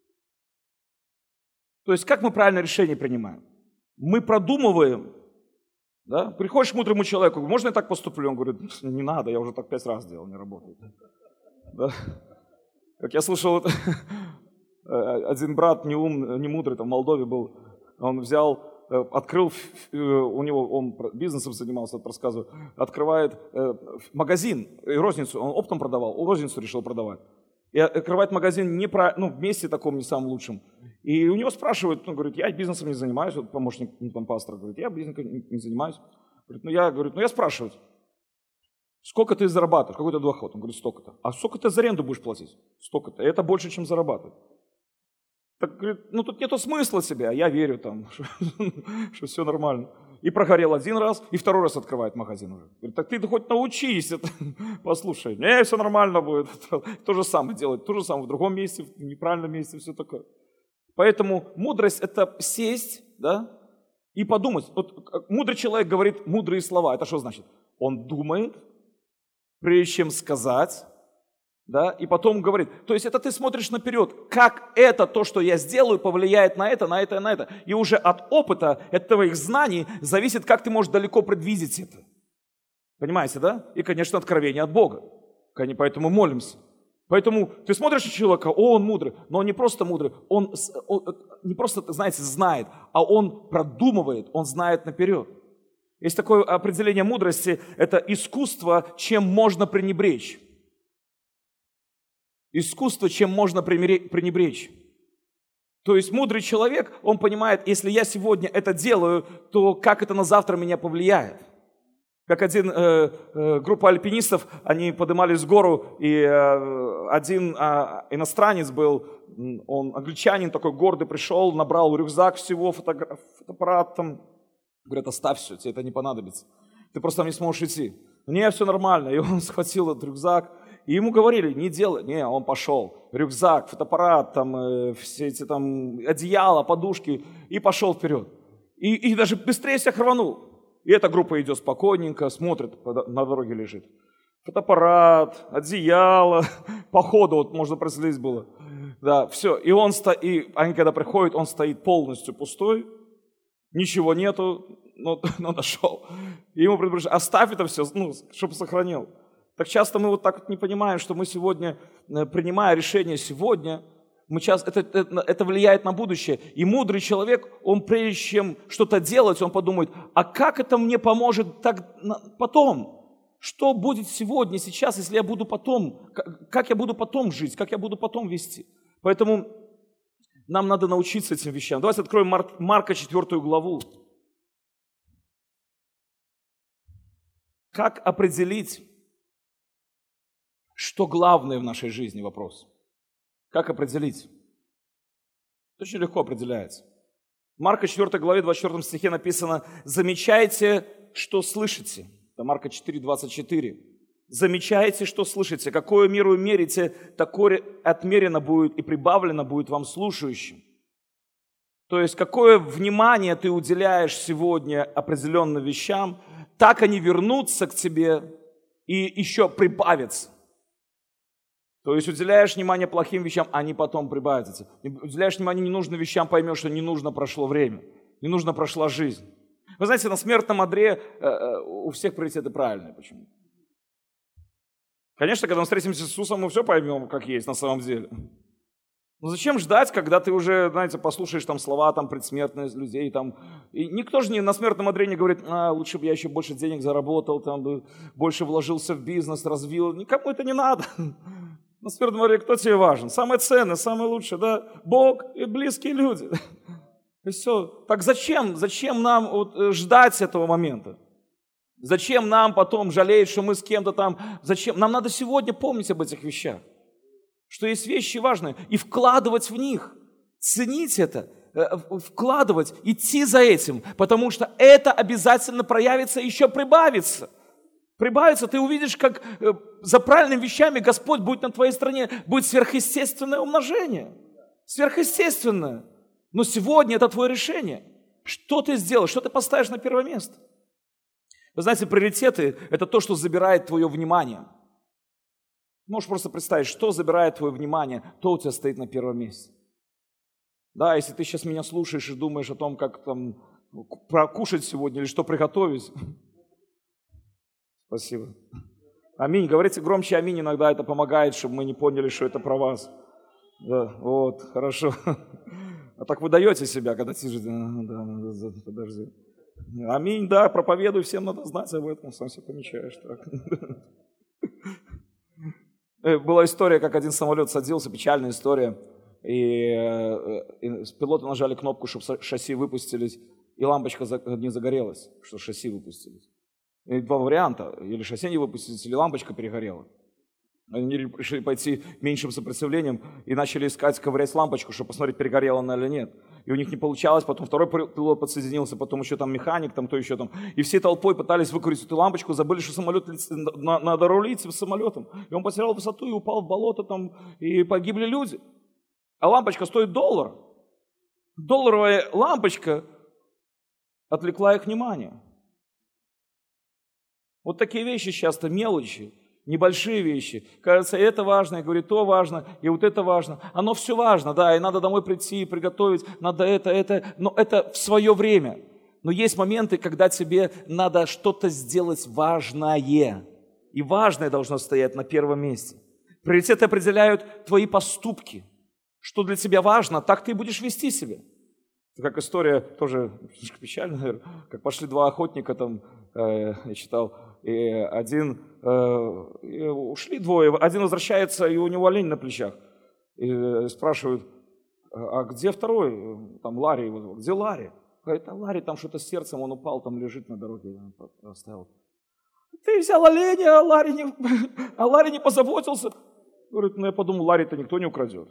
То есть, как мы правильное решение принимаем? Мы продумываем. Да? Приходишь к мудрому человеку, можно я так поступлю? Он говорит, не надо, я уже так пять раз делал, не работает. Да? Как я слышал, один брат не, ум, не мудрый, там в Молдове был, он взял, открыл, у него, он бизнесом занимался, рассказываю, открывает магазин, розницу, он оптом продавал, розницу решил продавать. И открывает магазин не про, ну, в месте таком не самом лучшем. И у него спрашивают, он говорит, я бизнесом не занимаюсь, вот помощник ну, там, пастора говорит, я бизнесом не занимаюсь. Говорит, ну я, говорит, ну я спрашиваю, сколько ты зарабатываешь, какой-то доход? Он говорит, столько-то. А сколько ты за аренду будешь платить? Столько-то. И это больше, чем зарабатывать. Так, говорит, ну тут нету смысла себе, а я верю там, что, что все нормально. И прогорел один раз, и второй раз открывает магазин уже. Говорит, так ты хоть научись, это, послушай, не, все нормально будет. То же самое делать, то же самое в другом месте, в неправильном месте, все такое. Поэтому мудрость – это сесть, да, и подумать. Вот мудрый человек говорит мудрые слова. Это что значит? Он думает, прежде чем сказать, да, и потом говорит. То есть это ты смотришь наперед, как это, то, что я сделаю, повлияет на это, на это и на это. И уже от опыта, от твоих знаний зависит, как ты можешь далеко предвидеть это. Понимаете, да? И, конечно, откровение от Бога. Поэтому молимся. Поэтому ты смотришь на человека, о, он мудрый, но он не просто мудрый, он, он не просто, знаете, знает, а он продумывает, он знает наперед. Есть такое определение мудрости, это искусство, чем можно пренебречь. Искусство, чем можно пренебречь. То есть мудрый человек, он понимает, если я сегодня это делаю, то как это на завтра меня повлияет. Как один, э, э, группа альпинистов, они поднимались в гору, и э, один э, иностранец был, он англичанин такой гордый, пришел, набрал рюкзак всего, фотограф, фотоаппарат там. Говорят, оставь все, тебе это не понадобится. Ты просто там не сможешь идти. Не, все нормально. И он схватил этот рюкзак, и ему говорили, не делай. Не, он пошел. Рюкзак, фотоаппарат, там, э, все эти там одеяла, подушки, и пошел вперед. И, и даже быстрее всех рванул. И эта группа идет спокойненько, смотрит, на дороге лежит фотоаппарат, одеяло, по ходу, вот можно проследить было. Да, все. И он сто... и они когда приходят, он стоит полностью пустой, ничего нету, но, но нашел. И ему предупреждают, оставь это все, ну, чтобы сохранил. Так часто мы вот так вот не понимаем, что мы сегодня, принимая решение сегодня, Мы часто, это, это, это влияет на будущее. И мудрый человек, он прежде чем что-то делать, он подумает, а как это мне поможет так, потом? Что будет сегодня, сейчас, если я буду потом, как, как я буду потом жить, как я буду потом вести? Поэтому нам надо научиться этим вещам. Давайте откроем Мар, Марка четвёртую главу. Как определить, что главное в нашей жизни, вопрос? Как определить? Очень легко определяется. В Марка четвёртой главе, двадцать четвёртом стихе написано: «Замечайте, что слышите». Это Марка четыре, двадцать четыре. «Замечайте, что слышите. Какую меру мерите, такое отмерено будет и прибавлено будет вам слушающим». То есть, какое внимание ты уделяешь сегодня определенным вещам, так они вернутся к тебе и еще прибавятся. То есть уделяешь внимание плохим вещам, они потом прибавятся. Уделяешь внимание ненужным вещам, поймешь, что не нужно прошло время, не нужно прошла жизнь. Вы знаете, на смертном одре э, у всех приоритеты правильные почему-то. Конечно, когда мы встретимся с Иисусом, мы все поймем, как есть на самом деле. Но зачем ждать, когда ты уже, знаете, послушаешь там слова там предсмертных людей, там, и никто же не, на смертном одре не говорит, а, лучше бы я еще больше денег заработал, там, бы, больше вложился в бизнес, развил. Никому это не надо. На смертном одре кто тебе важен? Самое ценное, самое лучшее, да? Бог и близкие люди. И все. Так зачем, зачем нам вот ждать этого момента? Зачем нам потом жалеть, что мы с кем-то там? Зачем? Нам надо сегодня помнить об этих вещах. Что есть вещи важные. И вкладывать в них. Ценить это. Вкладывать. Идти за этим. Потому что это обязательно проявится, еще прибавится. Прибавится. Ты увидишь, как за правильными вещами Господь будет на твоей стороне. Будет сверхъестественное умножение. Сверхъестественное. Но сегодня это твое решение. Что ты сделаешь? Что ты поставишь на первое место? Вы знаете, приоритеты – это то, что забирает твое внимание. Можешь просто представить, что забирает твое внимание, то у тебя стоит на первом месте. Да, если ты сейчас меня слушаешь и думаешь о том, как там прокушать сегодня или что приготовить. Спасибо. Аминь. Говорите громче аминь, иногда это помогает, чтобы мы не поняли, что это про вас. Да, вот, хорошо. А так вы даете себя, когда сидите. Да, да, подожди. Аминь, да, проповедуй, всем надо знать об этом, сам все помечаешь. Так. Была история, как один самолет садился, печальная история, и, и пилоты нажали кнопку, чтобы шасси выпустились, и лампочка не загорелась, что шасси выпустились. И два варианта, или шасси не выпустились, или лампочка перегорела. Они решили пойти меньшим сопротивлением и начали искать, ковырять лампочку, чтобы посмотреть, перегорела она или нет. И у них не получалось, потом второй пилот подсоединился, потом еще там механик, там то еще там. И все толпой пытались выкурить эту лампочку, забыли, что самолет надо рулить самолетом. И он потерял высоту и упал в болото там, и погибли люди. А лампочка стоит доллар. Долларовая лампочка отвлекла их внимание. Вот такие вещи часто мелочи. Небольшие вещи. Кажется, это важно, и говорит, то важно, и вот это важно. Оно все важно, да, и надо домой прийти, приготовить, надо это, это, но это в свое время. Но есть моменты, когда тебе надо что-то сделать важное. И важное должно стоять на первом месте. Приоритеты определяют твои поступки. Что для тебя важно, так ты и будешь вести себя. Это как история, тоже немножко печальная, наверное, как пошли два охотника, там, э, я читал, и один, э, и ушли двое, один возвращается, и у него олень на плечах. И спрашивают, а где второй? Там Ларри, где Ларри? Говорит, а Ларри там что-то с сердцем, он упал, там лежит на дороге, оставил. Ты взял оленя, а Ларри не, а Ларри не позаботился. Говорит, ну я подумал, Ларри-то никто не украдет.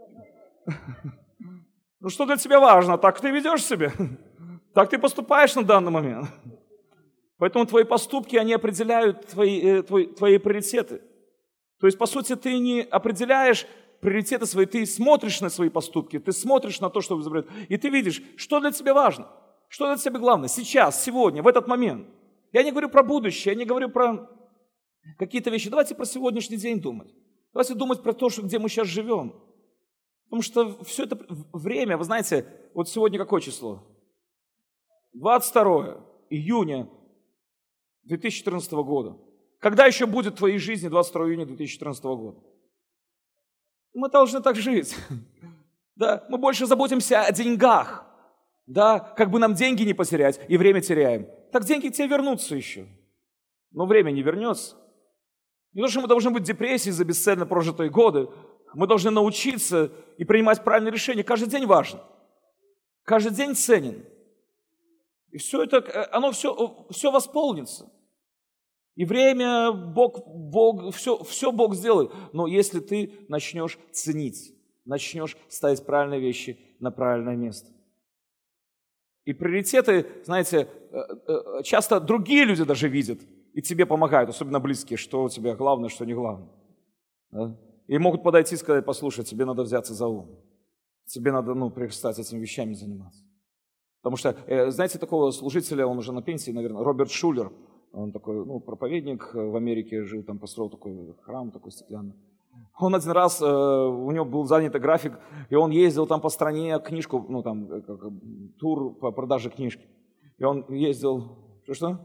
Ну что для тебя важно? Так ты ведешь себя? Так ты поступаешь на данный момент? Поэтому твои поступки, они определяют твои, э, твои, твои приоритеты. То есть, по сути, ты не определяешь приоритеты свои, ты смотришь на свои поступки, ты смотришь на то, что выбирают, и ты видишь, что для тебя важно, что для тебя главное сейчас, сегодня, в этот момент. Я не говорю про будущее, я не говорю про какие-то вещи. Давайте про сегодняшний день думать. Давайте думать про то, что, где мы сейчас живем. Потому что все это время, вы знаете, вот сегодня какое число? двадцать второе июня две тысячи четырнадцатого года. Когда еще будет в твоей жизни двадцать второго июня две тысячи четырнадцатого года? Мы должны так жить. Да, мы больше заботимся о деньгах. Да, как бы нам деньги не потерять, и время теряем. Так деньги к тебе вернутся еще. Но время не вернется. Не то, что мы должны быть в депрессии за бесцельно прожитые годы. Мы должны научиться и принимать правильные решения. Каждый день важен. Каждый день ценен. И все это, оно все, все восполнится. И время Бог, Бог, все, все Бог сделает. Но если ты начнешь ценить, начнешь ставить правильные вещи на правильное место. И приоритеты, знаете, часто другие люди даже видят и тебе помогают, особенно близкие, что у тебя главное, что не главное. Да? И могут подойти и сказать, послушай, тебе надо взяться за ум. Тебе надо, ну, перестать этими вещами заниматься. Потому что, знаете, такого служителя, он уже на пенсии, наверное, Роберт Шулер, он такой, ну, проповедник в Америке, жил там, построил такой храм, такой стеклянный. Он один раз, у него был занятый график, и он ездил там по стране, книжку, ну, там, как, тур по продаже книжки. И он ездил, что-что?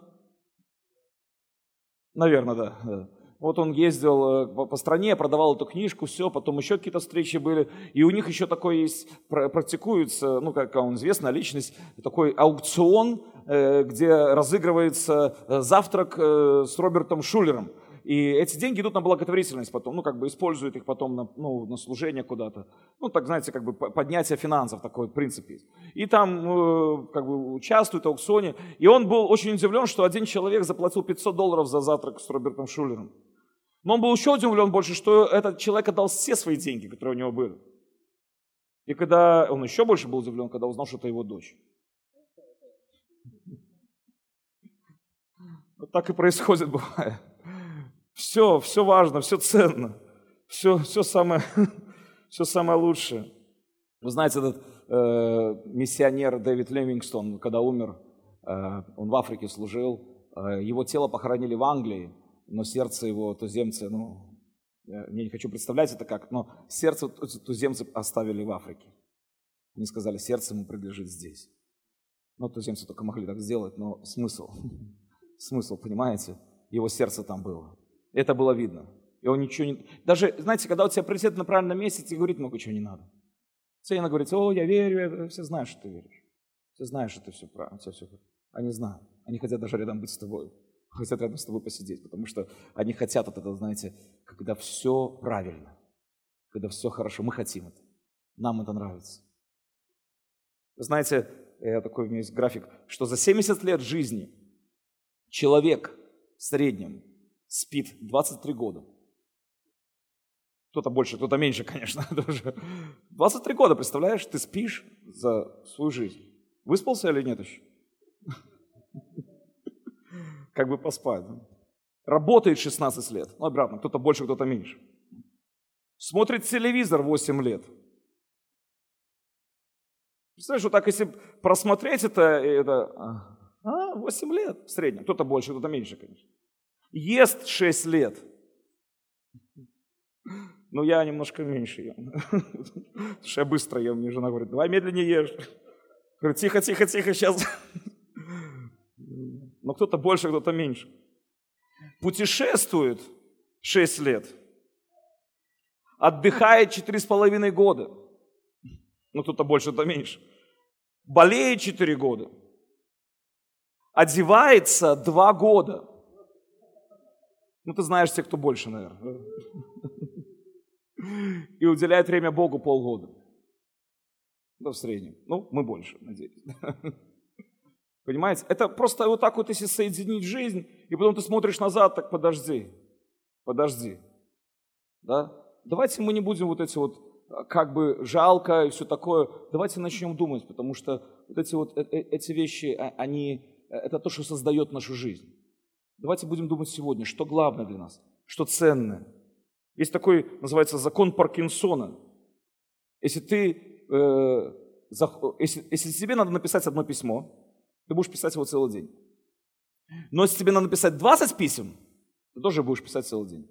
Наверное, да, да. Вот он ездил по стране, продавал эту книжку, все, потом еще какие-то встречи были. И у них еще такое есть, практикуется, ну, как он известная личность, такой аукцион, где разыгрывается завтрак с Робертом Шулером. И эти деньги идут на благотворительность потом, ну, как бы используют их потом на, ну, на служение куда-то. Ну, так, знаете, как бы поднятие финансов, такой принцип есть. И там, как бы, участвует в аукционе. И он был очень удивлен, что один человек заплатил пятьсот долларов за завтрак с Робертом Шулером. Но он был еще удивлен больше, что этот человек отдал все свои деньги, которые у него были. И когда он еще больше был удивлен, когда узнал, что это его дочь. Вот так и происходит, бывает. Все, все важно, все ценно, все, все, самое, все самое лучшее. Вы знаете, этот э, миссионер Дэвид Ливингстон, когда умер, э, он в Африке служил, э, его тело похоронили в Англии, но сердце его туземцы, ну, я не хочу представлять это как, но сердце туземцы оставили в Африке. Они сказали, сердце ему принадлежит здесь. Ну, туземцы только могли так сделать, но смысл, смысл, понимаете, его сердце там было. Это было видно. И он ничего не... Даже, знаете, когда у тебя приоритет на правильном месте, тебе говорить много чего не надо. Все иногда говорят, о, я верю, все знают, что ты веришь. Все знают, что ты все правильно. Все, все. Они знают. Они хотят даже рядом быть с тобой. Хотят рядом с тобой посидеть, потому что они хотят вот это, знаете, когда все правильно, когда все хорошо. Мы хотим это. Нам это нравится. Знаете, я такой, у меня есть график, что за семьдесят лет жизни человек в среднем спит двадцать три года. Кто-то больше, кто-то меньше, конечно. двадцать три года, представляешь, ты спишь за свою жизнь. Выспался или нет еще? Как бы поспать. Работает шестнадцать лет. Ну, обратно, кто-то больше, кто-то меньше. Смотрит телевизор восемь лет. Представляешь, вот так, если просмотреть это, это а, восемь лет в среднем. Кто-то больше, кто-то меньше, конечно. Ест шесть лет. Ну, я немножко меньше ем. Потому что я быстро ем. Мне жена говорит, давай медленнее ешь. Говорю, тихо, тихо, тихо, сейчас. Но кто-то больше, кто-то меньше. Путешествует шесть лет. Отдыхает четыре с половиной года. Ну, кто-то больше, кто-то меньше. Болеет четыре года. Одевается два года. Ну, ты знаешь тех, кто больше, наверное. И уделяет время Богу полгода. Да, в среднем. Ну, мы больше, надеюсь. Понимаете? Это просто вот так вот, если соединить жизнь, и потом ты смотришь назад, так подожди, подожди. Да? Давайте мы не будем вот эти вот, как бы жалко и все такое. Давайте начнем думать, потому что вот эти вот эти вещи, они, это то, что создает нашу жизнь. Давайте будем думать сегодня, что главное для нас, что ценное. Есть такой, называется, закон Паркинсона. Если ты, э, за, если, если тебе надо написать одно письмо, ты будешь писать его целый день. Но если тебе надо написать двадцать писем, ты тоже будешь писать целый день.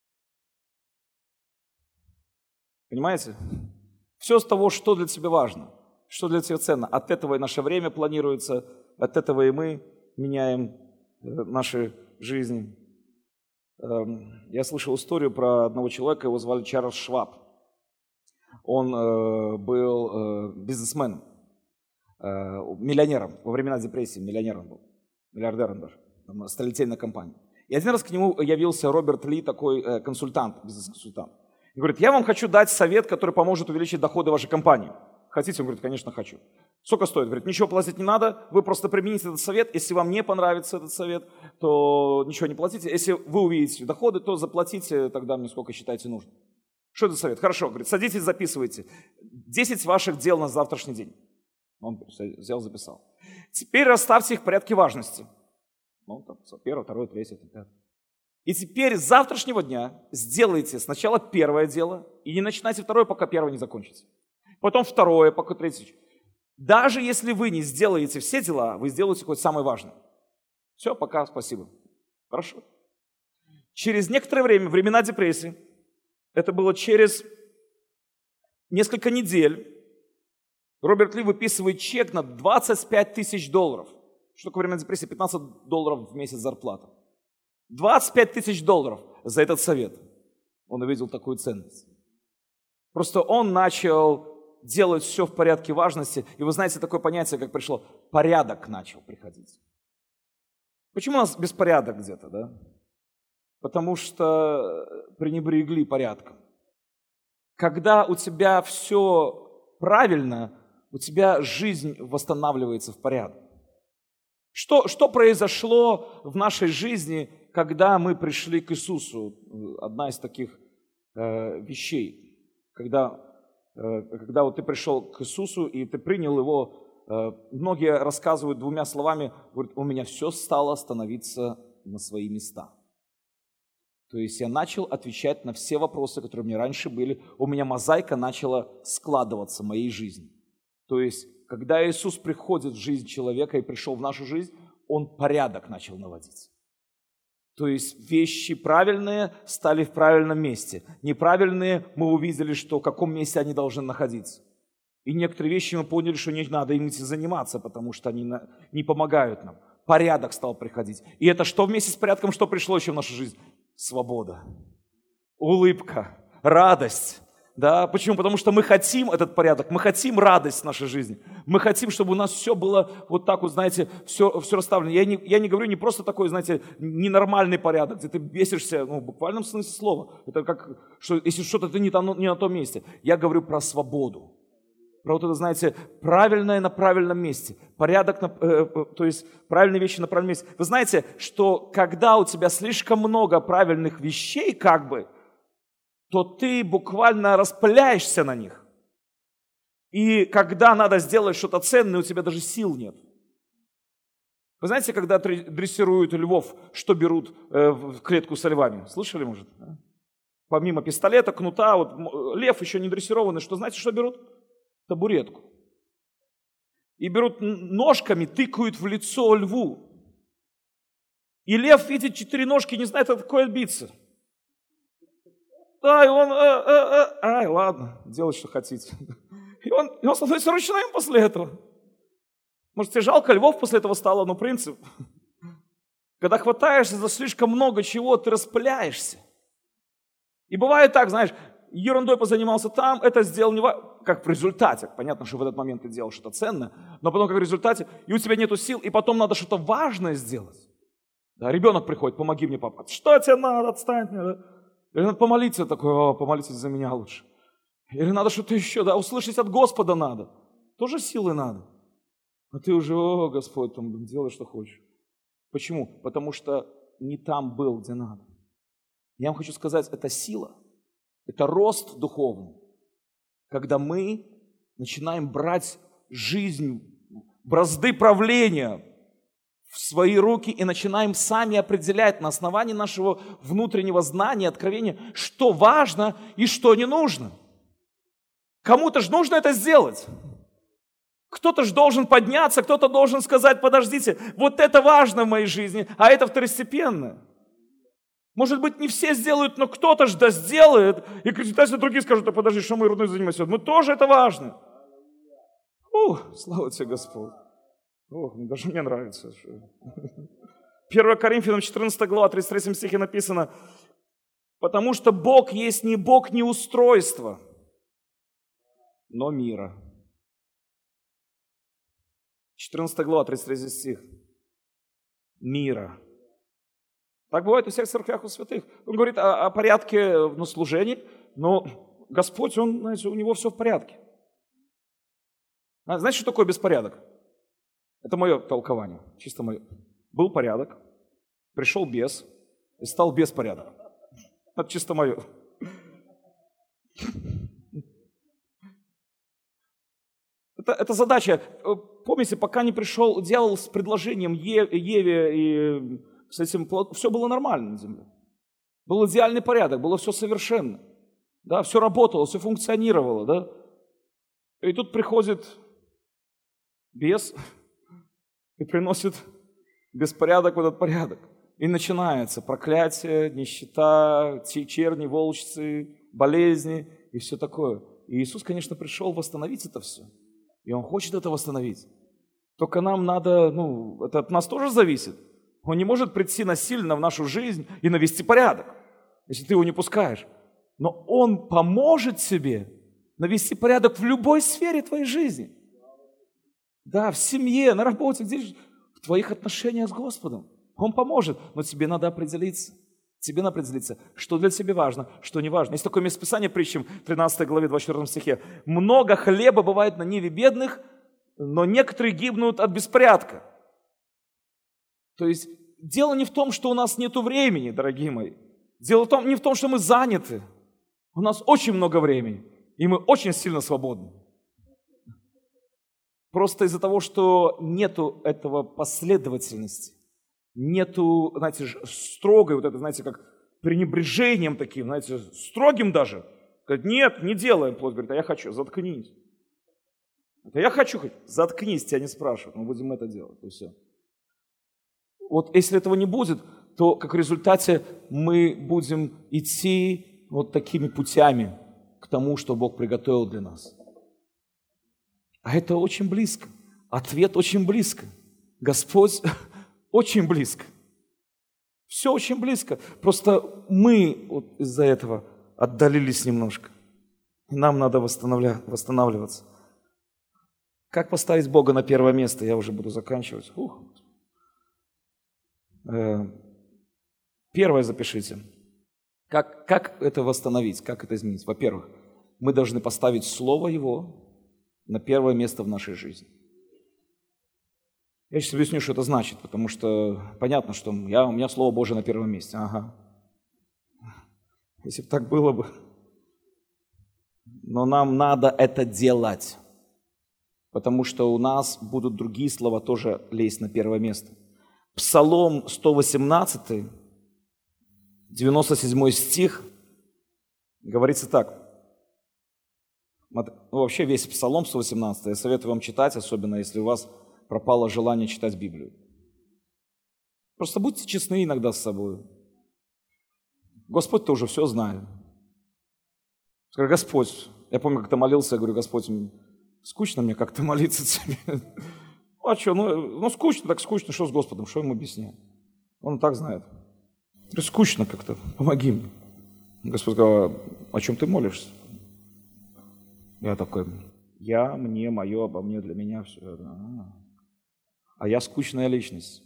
Понимаете? Все с того, что для тебя важно, что для тебя ценно. От этого и наше время планируется, от этого и мы меняем наши жизни. Я слышал историю про одного человека, его звали Чарльз Шваб. Он был бизнесменом, миллионером, во времена депрессии миллионером был, миллиардером даже, там, строительной компании. И один раз к нему явился Роберт Ли, такой консультант, бизнес-консультант. И говорит, я вам хочу дать совет, который поможет увеличить доходы вашей компании. Хотите? Он говорит, конечно, хочу. Сколько стоит? Говорит, ничего платить не надо, вы просто примените этот совет. Если вам не понравится этот совет, то ничего не платите. Если вы увидите доходы, то заплатите тогда мне сколько считаете нужно. Что это совет? Хорошо, говорит, садитесь, записывайте. десять ваших дел на завтрашний день. Он взял, записал. Теперь расставьте их в порядке важности. Ну, там, первое, второе, третье, пятое. И теперь с завтрашнего дня сделайте сначала первое дело и не начинайте второе, пока первое не закончите. Потом второе, пока третье. Даже если вы не сделаете все дела, вы сделаете хоть самое важное. Все, пока, спасибо. Хорошо. Через некоторое время, времена депрессии, это было через несколько недель, Роберт Ли выписывает чек на двадцать пять тысяч долларов. Что такое время депрессии? пятнадцать долларов в месяц зарплата. двадцать пять тысяч долларов за этот совет. Он увидел такую ценность. Просто он начал делать все в порядке важности. И вы знаете, такое понятие, как пришло, порядок начал приходить. Почему у нас беспорядок где-то, да? Потому что пренебрегли порядком. Когда у тебя все правильно, у тебя жизнь восстанавливается в порядок. Что, что произошло в нашей жизни, когда мы пришли к Иисусу? Одна из таких э, вещей, когда, э, когда вот ты пришел к Иисусу и ты принял Его, э, многие рассказывают двумя словами, говорят, у меня все стало становиться на свои места. То есть я начал отвечать на все вопросы, которые у меня раньше были, у меня мозаика начала складываться в моей жизни. То есть, когда Иисус приходит в жизнь человека и пришел в нашу жизнь, Он порядок начал наводить. То есть вещи правильные стали в правильном месте. Неправильные мы увидели, что в каком месте они должны находиться. И некоторые вещи мы поняли, что не надо им этим заниматься, потому что они не помогают нам. Порядок стал приходить. И это что вместе с порядком, что пришло еще в нашу жизнь? Свобода, улыбка, радость. Да, почему? Потому что мы хотим этот порядок, мы хотим радость в нашей жизни. Мы хотим, чтобы у нас все было вот так вот, знаете, все, все расставлено. Я не, я не говорю не просто такой, знаете, ненормальный порядок, где ты бесишься, ну, в буквальном смысле слова. Это как, что, если что-то ты не, там, не на том месте. Я говорю про свободу. Про вот это, знаете, правильное на правильном месте. Порядок, на, э, э, то есть правильные вещи на правильном месте. Вы знаете, что когда у тебя слишком много правильных вещей, как бы, то ты буквально распыляешься на них. И когда надо сделать что-то ценное, у тебя даже сил нет. Вы знаете, когда дрессируют львов, что берут в клетку со львами? Слышали, может? Помимо пистолета, кнута, вот лев еще не дрессированный, что знаете, что берут? Табуретку. И берут ножками, тыкают в лицо льву. И лев видит четыре ножки, не знает, как такое отбиться. Да, и он, а, а, а, ай, ладно, делайте, что хотите. И он, и он становится ручным после этого. Может, тебе жалко львов после этого стало, но принцип. Когда хватаешься за слишком много чего, ты распыляешься. И бывает так, знаешь, ерундой позанимался там, это сделал не важно, как в результате. Понятно, что в этот момент ты делал что-то ценное, но потом как в результате, и у тебя нету сил, и потом надо что-то важное сделать. Да, ребенок приходит, помоги мне, папа. Что тебе надо, отстань от меня, да? Или надо помолиться, такой, о, помолитесь за меня лучше. Или надо что-то еще, да, услышать от Господа надо. Тоже силы надо. А ты уже, о, Господь, там, делай, что хочешь. Почему? Потому что не там был, где надо. Я вам хочу сказать, это сила, это рост духовный, когда мы начинаем брать жизнь, бразды правления в свои руки и начинаем сами определять на основании нашего внутреннего знания, откровения, что важно и что не нужно. Кому-то же нужно это сделать. Кто-то же должен подняться, кто-то должен сказать, подождите, вот это важно в моей жизни, а это второстепенно. Может быть, не все сделают, но кто-то же да сделает. И если другие скажут, да подожди, что мы ерундой занимаемся? Мы тоже это важно. Ух, слава тебе, Господь. Ох, даже мне нравится. первое Коринфянам четырнадцатая глава, тридцать третьем стихе написано, потому что Бог есть не Бог не устройства, но мира. четырнадцатая глава, тридцать третий стих. Мира. Так бывает у всех церквях у святых. Он говорит о, о порядке на служении, но Господь, он, знаете, у него все в порядке. А знаете, что такое беспорядок? Это мое толкование, чисто мое. Был порядок, пришел бес и стал беспорядок. Это чисто мое. Это, это задача. Помните, пока не пришел дьявол с предложением Еве и с этим, все было нормально на земле. Был идеальный порядок, было все совершенно. Да, все работало, все функционировало. Да? И тут приходит бес и приносит беспорядок в этот порядок. И начинается проклятие, нищета, черни, волчцы, болезни и все такое. И Иисус, конечно, пришел восстановить это все. И Он хочет это восстановить. Только нам надо, ну, это от нас тоже зависит. Он не может прийти насильно в нашу жизнь и навести порядок, если ты его не пускаешь. Но Он поможет тебе навести порядок в любой сфере твоей жизни. Да, в семье, на работе, где в твоих отношениях с Господом. Он поможет, но тебе надо определиться. Тебе надо определиться, что для тебя важно, что не важно. Есть такое местописание притчам в тринадцатой главе, двадцать четвёртом стихе. «Много хлеба бывает на ниве бедных, но некоторые гибнут от беспорядка». То есть дело не в том, что у нас нет времени, дорогие мои. Дело в том, не в том, что мы заняты. У нас очень много времени, и мы очень сильно свободны. Просто из-за того, что нету этого последовательности, нету, знаете, строгой, вот это, знаете, как пренебрежением таким, знаете, строгим даже. Говорит, нет, не делаем, плоть говорит, а я хочу, заткнись. А я хочу хоть, заткнись, тебя не спрашивают, мы будем это делать, и все. Вот если этого не будет, то как в результате мы будем идти вот такими путями к тому, что Бог приготовил для нас. А это очень близко. Ответ очень близко. Господь очень близко. Все очень близко. Просто мы вот из-за этого отдалились немножко. И нам надо восстанавля... восстанавливаться. Как поставить Бога на первое место? Я уже буду заканчивать. Ух. Первое запишите. Как, как это восстановить? Как это изменить? Во-первых, мы должны поставить Слово Его на первое место в нашей жизни. Я сейчас объясню, что это значит, потому что понятно, что я, у меня Слово Божие на первом месте. Ага. Если бы так было бы, Но нам надо это делать, потому что у нас будут другие слова тоже лезть на первое место. Псалом сто восемнадцать, девяносто седьмой стих, говорится так. Ну, вообще весь Псалом сто восемнадцать, я советую вам читать, особенно если у вас пропало желание читать Библию. Просто будьте честны иногда с собой. Господь-то уже все знает. Скажи: Господь, я помню, как ты молился, я говорю: Господь, скучно мне как-то молиться тебе. А что, ну, ну скучно, так скучно, что с Господом, что ему объяснять? Он и так знает. Говорю: скучно как-то, помоги мне. Господь сказал: о чем ты молишься? Я такой: я, мне, мое, обо мне, для меня все. А, а я скучная личность.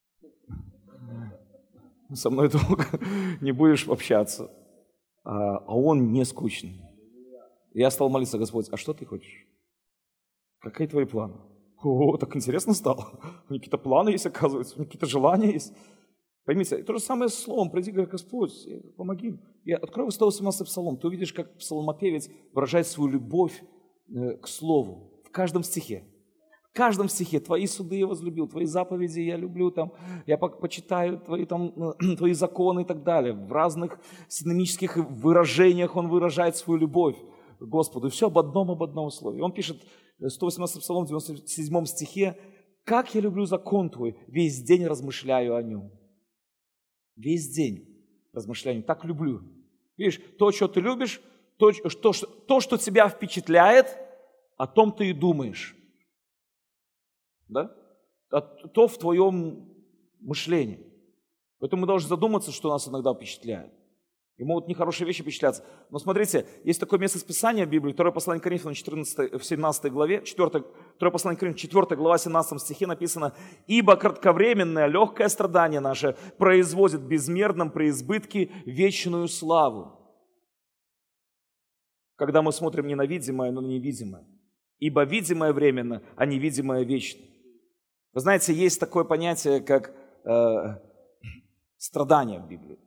Со мной долго не будешь общаться. А, а он не скучный. Я стал молиться: Господь, а что ты хочешь? Какие твои планы? О, так интересно стало. У меня какие-то планы есть, оказывается, у меня какие-то желания есть. Поймите, то же самое с словом. Приди, говори: Господь, помоги. Я открою сто восемнадцатый псалом. Ты увидишь, как псалмопевец выражает свою любовь к слову в каждом стихе. В каждом стихе: твои суды я возлюбил, твои заповеди я люблю, там, я почитаю твои, там, твои законы и так далее. В разных синонимических выражениях он выражает свою любовь к Господу. И все об одном, об одном слове. Он пишет сто восемнадцатый псалом, в девяносто седьмом стихе: как я люблю закон твой, весь день размышляю о нем. Весь день размышляю, так люблю. Видишь, то, что ты любишь, то, что, то, что тебя впечатляет, о том ты и думаешь. Да? То в твоем мышлении. Поэтому мы должны задуматься, что нас иногда впечатляет. И могут нехорошие вещи впечатляться. Но смотрите, есть такое место Писания в Библии, второе послание к Коринфянам, четырнадцатой, в семнадцатой главе, четвёртое, второе послание к Коринфянам, четвёртая глава, семнадцатом стихе написано: «Ибо кратковременное, легкое страдание наше производит в безмерном преизбытке вечную славу». Когда мы смотрим не на видимое, но на невидимое. Ибо видимое временно, а невидимое вечно. Вы знаете, есть такое понятие, как э, страдание в Библии.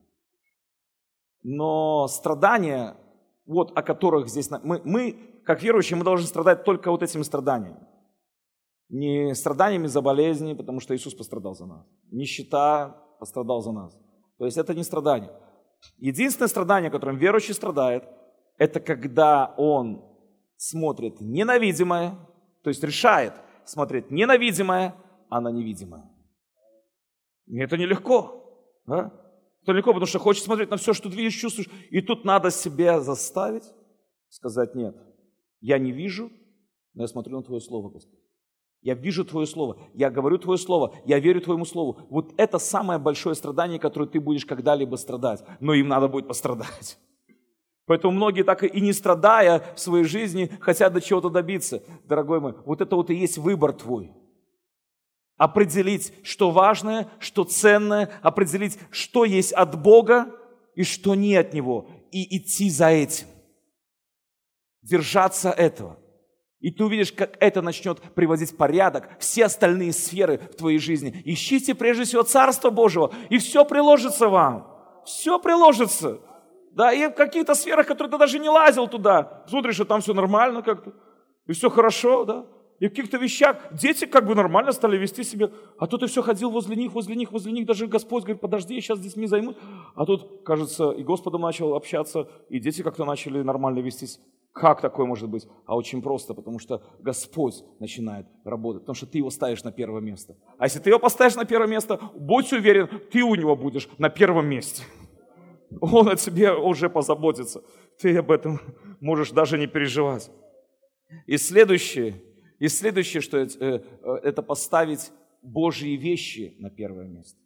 Но страдания, вот о которых здесь... Мы, мы, как верующие, мы должны страдать только вот этими страданиями. Не страданиями за болезни, потому что Иисус пострадал за нас. Нищета пострадал за нас. То есть это не страдание. Единственное страдание, которым верующий страдает, это когда он смотрит не на видимое, то есть решает смотреть не на видимое, а на невидимое. И это нелегко. Да? Это легко, потому что хочешь смотреть на все, что ты видишь, чувствуешь. И тут надо себя заставить, сказать: нет, я не вижу, но я смотрю на Твое Слово, Господь. Я вижу Твое Слово, я говорю Твое Слово, я верю Твоему Слову. Вот это самое большое страдание, которое ты будешь когда-либо страдать. Но им надо будет пострадать. Поэтому многие так и не страдая в своей жизни хотят до чего-то добиться. Дорогой мой, вот это вот и есть выбор твой. Определить, что важное, что ценное, определить, что есть от Бога и что не от Него, и идти за этим. Держаться этого. И ты увидишь, как это начнет приводить в порядок все остальные сферы в твоей жизни. Ищите прежде всего Царство Божьего, и все приложится вам. Все приложится. Да, и в каких-то сферах, которые ты даже не лазил туда, смотришь, что там все нормально как-то, и все хорошо, да. И в каких-то вещах дети как бы нормально стали вести себя, а то ты все ходил возле них, возле них, возле них, даже Господь говорит: подожди, я сейчас с детьми займусь. А тут, кажется, и Господом начал общаться, и дети как-то начали нормально вестись. Как такое может быть? А очень просто, потому что Господь начинает работать, потому что ты его ставишь на первое место. А если ты его поставишь на первое место, будь уверен, ты у него будешь на первом месте. Он о тебе уже позаботится. Ты об этом можешь даже не переживать. И следующее, и следующее, что это, это поставить Божьи вещи на первое место.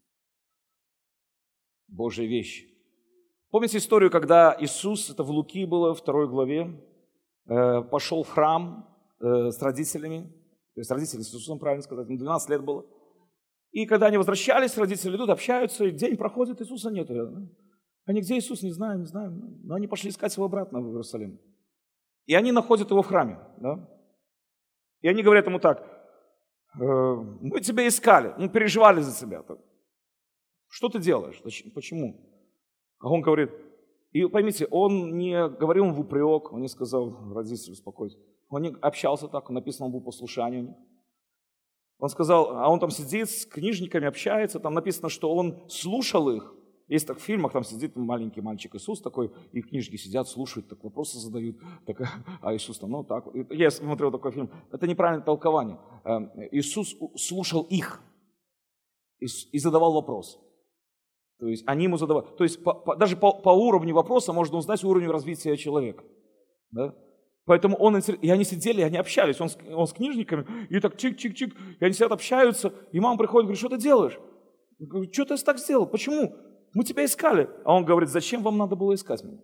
Божьи вещи. Помните историю, когда Иисус, это в Луки было, во второй главе, пошел в храм с родителями, то есть родители с Иисусом, правильно сказать, ему двенадцать лет было. И когда они возвращались, родители идут, общаются, и день проходит, Иисуса нет. Они: где Иисус? Не знаем, не знаем. Но они пошли искать его обратно в Иерусалим. И они находят его в храме. Да? И они говорят ему так: мы тебя искали, мы переживали за тебя. Что ты делаешь? Почему? А он говорит: И поймите, он не говорил им в упрек, он не сказал, родители, успокойтесь. Он не общался так, он написано, он был послушанием. Он сказал, а он там сидит с книжниками, общается, там написано, что он слушал их. Есть так в фильмах, там сидит маленький мальчик Иисус такой, и книжники сидят, слушают, так вопросы задают, так, а Иисус там, ну так. Я смотрел такой фильм, это неправильное толкование. Иисус слушал их и, и задавал вопрос. То есть они ему задавали, то есть по, по, даже по, по уровню вопроса можно узнать уровень развития человека. Да? Поэтому он, и они сидели, и они общались, он с, он с книжниками, и так чик-чик-чик, и они сидят, общаются, и мама приходит, говорит, что ты делаешь? Я говорю, что ты так сделал, почему? Мы тебя искали. А он говорит, зачем вам надо было искать меня?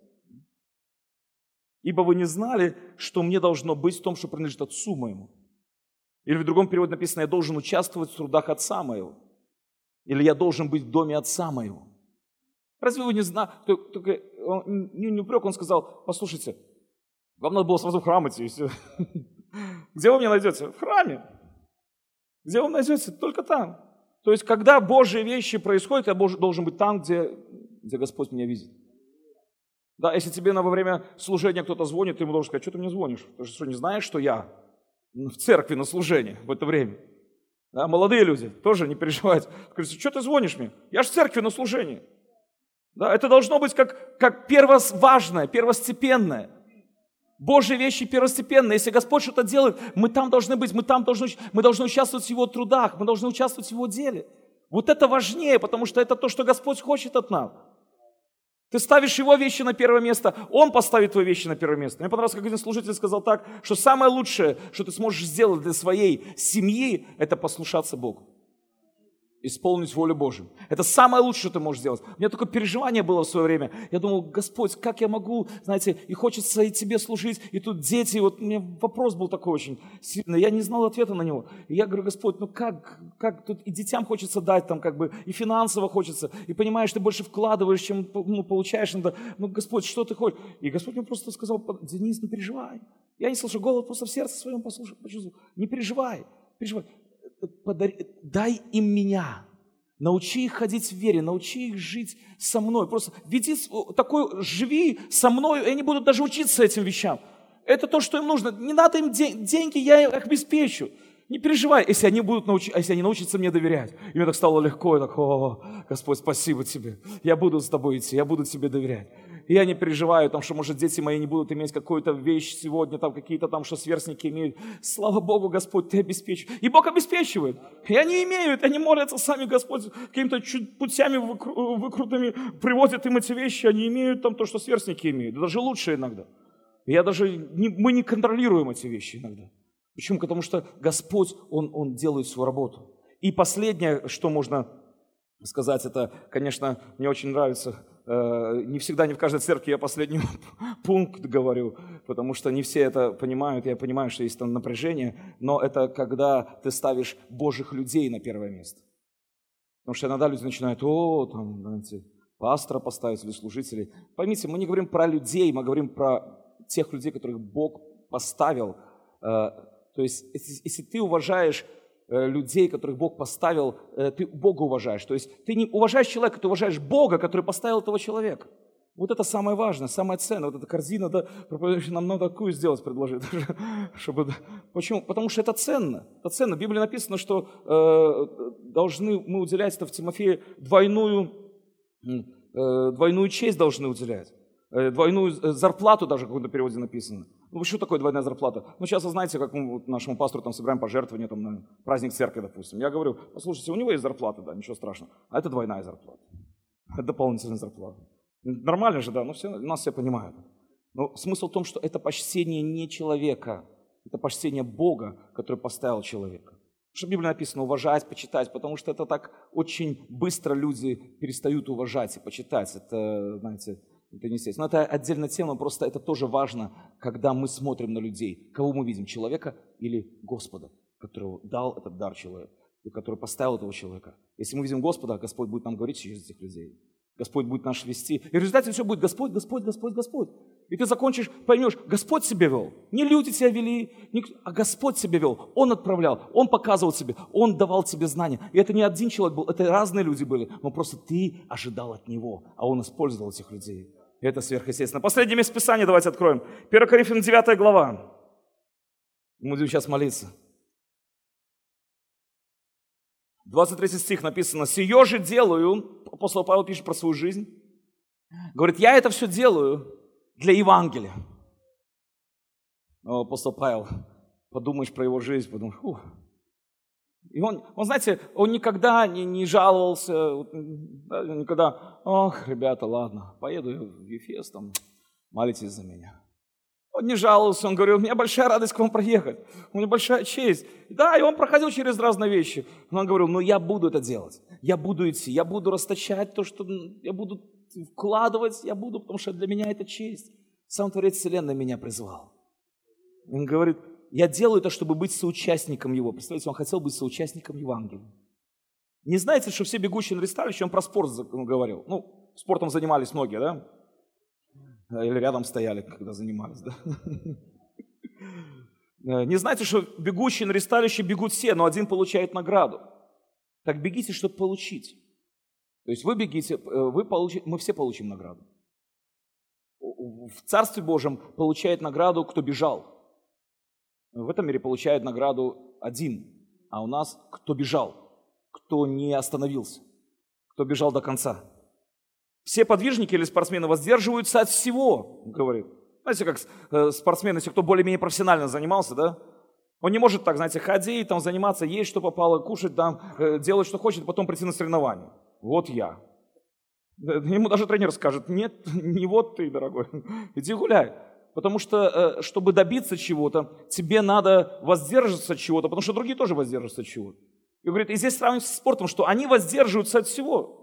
Ибо вы не знали, что мне должно быть в том, что принадлежит отцу моему. Или в другом переводе написано, я должен участвовать в трудах отца моего. Или я должен быть в доме отца моего. Разве вы не знаете? Только он, не, не упрек, он сказал, послушайте, вам надо было сразу в храм идти, и все. Где вы меня найдете? В храме. Где вы найдете? Только там. То есть, когда Божьи вещи происходят, я должен быть там, где, где Господь меня видит. Да, если тебе на, во время служения кто-то звонит, ты ему должен сказать, что ты мне звонишь? Ты что, не знаешь, что я в церкви на служении в это время? Да, молодые люди тоже не переживают. Говорят, что ты звонишь мне? Я же в церкви на служении. Да, это должно быть как, как первоважное, первостепенное. Божьи вещи первостепенные. Если Господь что-то делает, мы там должны быть, мы там должны, мы должны участвовать в Его трудах, мы должны участвовать в Его деле. Вот это важнее, потому что это то, что Господь хочет от нас. Ты ставишь Его вещи на первое место, Он поставит твои вещи на первое место. Мне понравилось, как один служитель сказал так, что самое лучшее, что ты сможешь сделать для своей семьи, это послушаться Богу. Исполнить волю Божию. Это самое лучшее, что ты можешь сделать. У меня такое переживание было в свое время. Я думал, Господь, как я могу, знаете, и хочется и тебе служить, и тут дети. Вот у меня вопрос был такой очень сильный. Я не знал ответа на него. И я говорю, Господь, ну как, как тут и детям хочется дать, там как бы, и финансово хочется, и понимаешь, ты больше вкладываешь, чем ну, получаешь. Надо. Ну, Господь, что ты хочешь? И Господь мне просто сказал, Денис, не переживай. Я не слышу, голос просто в сердце своем послушал, почувствовал. Не переживай, переживай. Подари, дай им меня, научи их ходить в вере, научи их жить со мной. Просто веди такой, живи со мной, и они будут даже учиться этим вещам. Это то, что им нужно. Не надо им день, деньги, я их обеспечу. Не переживай, если они будут научи, если они научатся мне доверять. И мне так стало легко, я так, о, Господь, спасибо тебе. Я буду с тобой идти, я буду тебе доверять. И я не переживаю, там, что, может, дети мои не будут иметь какую-то вещь сегодня, там, какие-то там, что сверстники имеют. Слава Богу, Господь, ты обеспечиваешь. И Бог обеспечивает. И они имеют, они молятся сами, Господь, какими-то путями выкру- выкрутыми приводит им эти вещи, они имеют там то, что сверстники имеют. Даже лучше иногда. И я даже, не, мы не контролируем эти вещи иногда. Почему? Потому что Господь, Он, Он делает свою работу. И последнее, что можно сказать, это, конечно, мне очень нравится, э, не всегда, не в каждой церкви я последний пункт говорю, потому что не все это понимают, я понимаю, что есть там напряжение, но это когда ты ставишь Божьих людей на первое место. Потому что иногда люди начинают, о, там, знаете, пастора поставить или служителей. Поймите, мы не говорим про людей, мы говорим про тех людей, которых Бог поставил. То есть, если, если ты уважаешь людей, которых Бог поставил, ты Бога уважаешь. То есть, ты не уважаешь человека, ты уважаешь Бога, который поставил этого человека. Вот это самое важное, самое ценное. Вот эта корзина, да, нам надо такую сделать, предложить. Чтобы... Почему? Потому что это ценно. Это ценно. В Библии написано, что э, должны мы уделять, это в Тимофее, двойную, э, двойную честь должны уделять. Двойную зарплату даже в каком-то переводе написано. Ну, что такое двойная зарплата? Ну, сейчас, знаете, как мы вот нашему пастору там собираем пожертвования там, на праздник церкви, допустим. Я говорю, послушайте, у него есть зарплата, да, ничего страшного. А это двойная зарплата. Это дополнительная зарплата. Нормально же, да, но все, нас все понимают. Но смысл в том, что это почтение не человека, это почтение Бога, который поставил человека. Что в Библии написано уважать, почитать, потому что это так очень быстро люди перестают уважать и почитать. Это, знаете, это не естественно. Но это отдельная тема, просто это тоже важно, когда мы смотрим на людей. Кого мы видим, человека или Господа, который дал этот дар человеку, и который поставил этого человека. Если мы видим Господа, Господь будет нам говорить через этих людей. Господь будет нас вести. И в результате все будет Господь, Господь, Господь, Господь. И ты закончишь, поймешь, Господь себя вел. Не люди тебя вели, а Господь себя вел. Он отправлял, Он показывал тебе, Он давал тебе знания. И это не один человек был, это разные люди были. Но просто ты ожидал от Него, а Он использовал этих людей. И это сверхъестественно. Последнее место Писания давайте откроем. первое Коринфянам девятая глава. Мы будем сейчас молиться. двадцать третий стих написано: «Сие же делаю», апостол Павел пишет про свою жизнь, говорит, я это все делаю для Евангелия. Но апостол Павел, подумаешь про его жизнь, подумаешь, фу. И он, он, знаете, он никогда не, не жаловался, никогда, ох, ребята, ладно, поеду я в Ефес, там, молитесь за меня. Он не жаловался, он говорил, у меня большая радость к вам проехать, у меня большая честь. Да, и он проходил через разные вещи. Но он говорил, ну я буду это делать, я буду идти, я буду расточать то, что я буду вкладывать, я буду, потому что для меня это честь. Сам Творец Вселенной меня призвал. Он говорит, я делаю это, чтобы быть соучастником его. Представляете, он хотел быть соучастником Евангелия. Не знаете, что все бегущие на ресталище, он про спорт говорил. Ну, спортом занимались многие, да? Или рядом стояли, когда занимались, да? Не знаете, что бегущие на ресталище бегут все, но один получает награду. Так бегите, чтобы получить. То есть вы бегите, вы получите, мы все получим награду. В Царстве Божьем получает награду, кто бежал. В этом мире получает награду один, а у нас кто бежал, кто не остановился, кто бежал до конца. Все подвижники или спортсмены воздерживаются от всего, говорит. Знаете, как спортсмен, если кто более-менее профессионально занимался, да? Он не может так, знаете, ходить, там, заниматься, есть что попало, кушать, там, делать что хочет, потом прийти на соревнования. Вот я. Ему даже тренер скажет, нет, не вот ты, дорогой, иди гуляй. Потому что, чтобы добиться чего-то, тебе надо воздерживаться от чего-то, потому что другие тоже воздерживаются от чего-то. И говорит, и здесь сравнивается с спортом, что они воздерживаются от всего.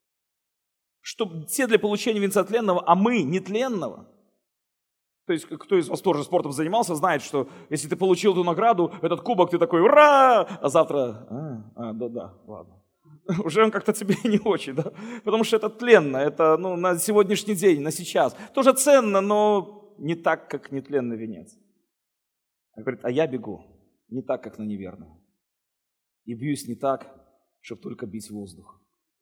Что те для получения венца тленного, а мы нетленного. То есть, кто из вас тоже спортом занимался, знает, что если ты получил эту награду, этот кубок, ты такой, ура! А завтра, а, а да-да, ладно. Уже он как-то тебе не очень, да? Потому что это тленно, это ну, на сегодняшний день, на сейчас. Тоже ценно, но не так, как нетленный венец. Он говорит, а я бегу не так, как на неверную. И бьюсь не так, чтобы только бить воздух.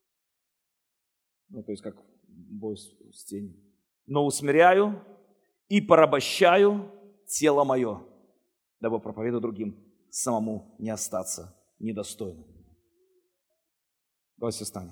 Ну, то есть, как бой с тенью. Но усмиряю и порабощаю тело мое, дабы проповедую другим, самому не остаться недостойным. Давайте встанем.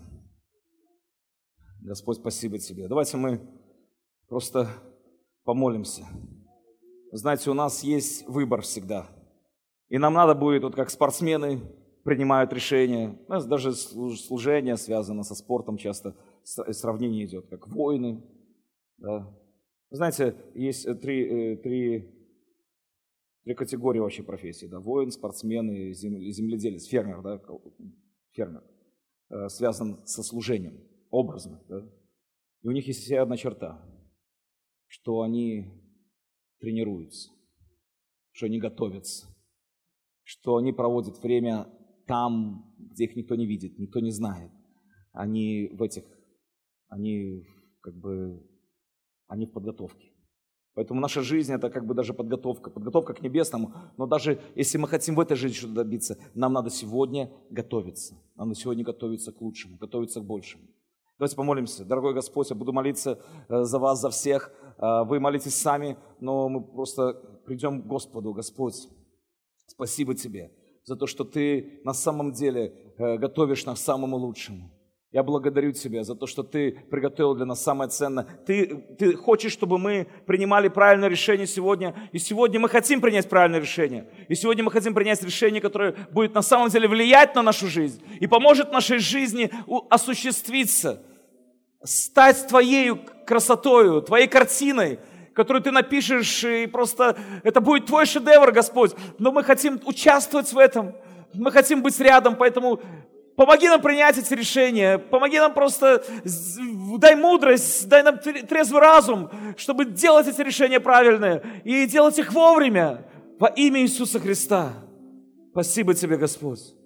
Господь, спасибо Тебе. Давайте мы просто помолимся. Знаете, у нас есть выбор всегда. И нам надо будет, вот как спортсмены принимают решения, у нас даже служение связано со спортом, часто сравнение идет, как воины. Да. Знаете, есть три, три, три категории вообще профессий. Да? Воин, спортсмен и земледелец, фермер, да? Фермер. Связан со служением, образно. Да? И у них есть вся одна черта, что они тренируются, что они готовятся, что они проводят время там, где их никто не видит, никто не знает. Они в этих, они как бы, они в подготовке. Поэтому наша жизнь – это как бы даже подготовка, подготовка к небесному. Но даже если мы хотим в этой жизни что-то добиться, нам надо сегодня готовиться. Нам надо сегодня готовиться к лучшему, готовиться к большему. Давайте помолимся. Дорогой Господь, я буду молиться за вас, за всех. Вы молитесь сами, но мы просто придем к Господу. Господь, спасибо Тебе за то, что Ты на самом деле готовишь нас к самому лучшему. Я благодарю Тебя за то, что Ты приготовил для нас самое ценное. Ты, ты хочешь, чтобы мы принимали правильное решение сегодня. И сегодня мы хотим принять правильное решение. И сегодня мы хотим принять решение, которое будет на самом деле влиять на нашу жизнь. И поможет нашей жизни осуществиться. Стать Твоей красотою, Твоей картиной, которую Ты напишешь. И просто это будет Твой шедевр, Господь. Но мы хотим участвовать в этом. Мы хотим быть рядом, поэтому... Помоги нам принять эти решения, помоги нам просто, дай мудрость, дай нам трезвый разум, чтобы делать эти решения правильные и делать их вовремя во имя Иисуса Христа. Спасибо Тебе, Господь.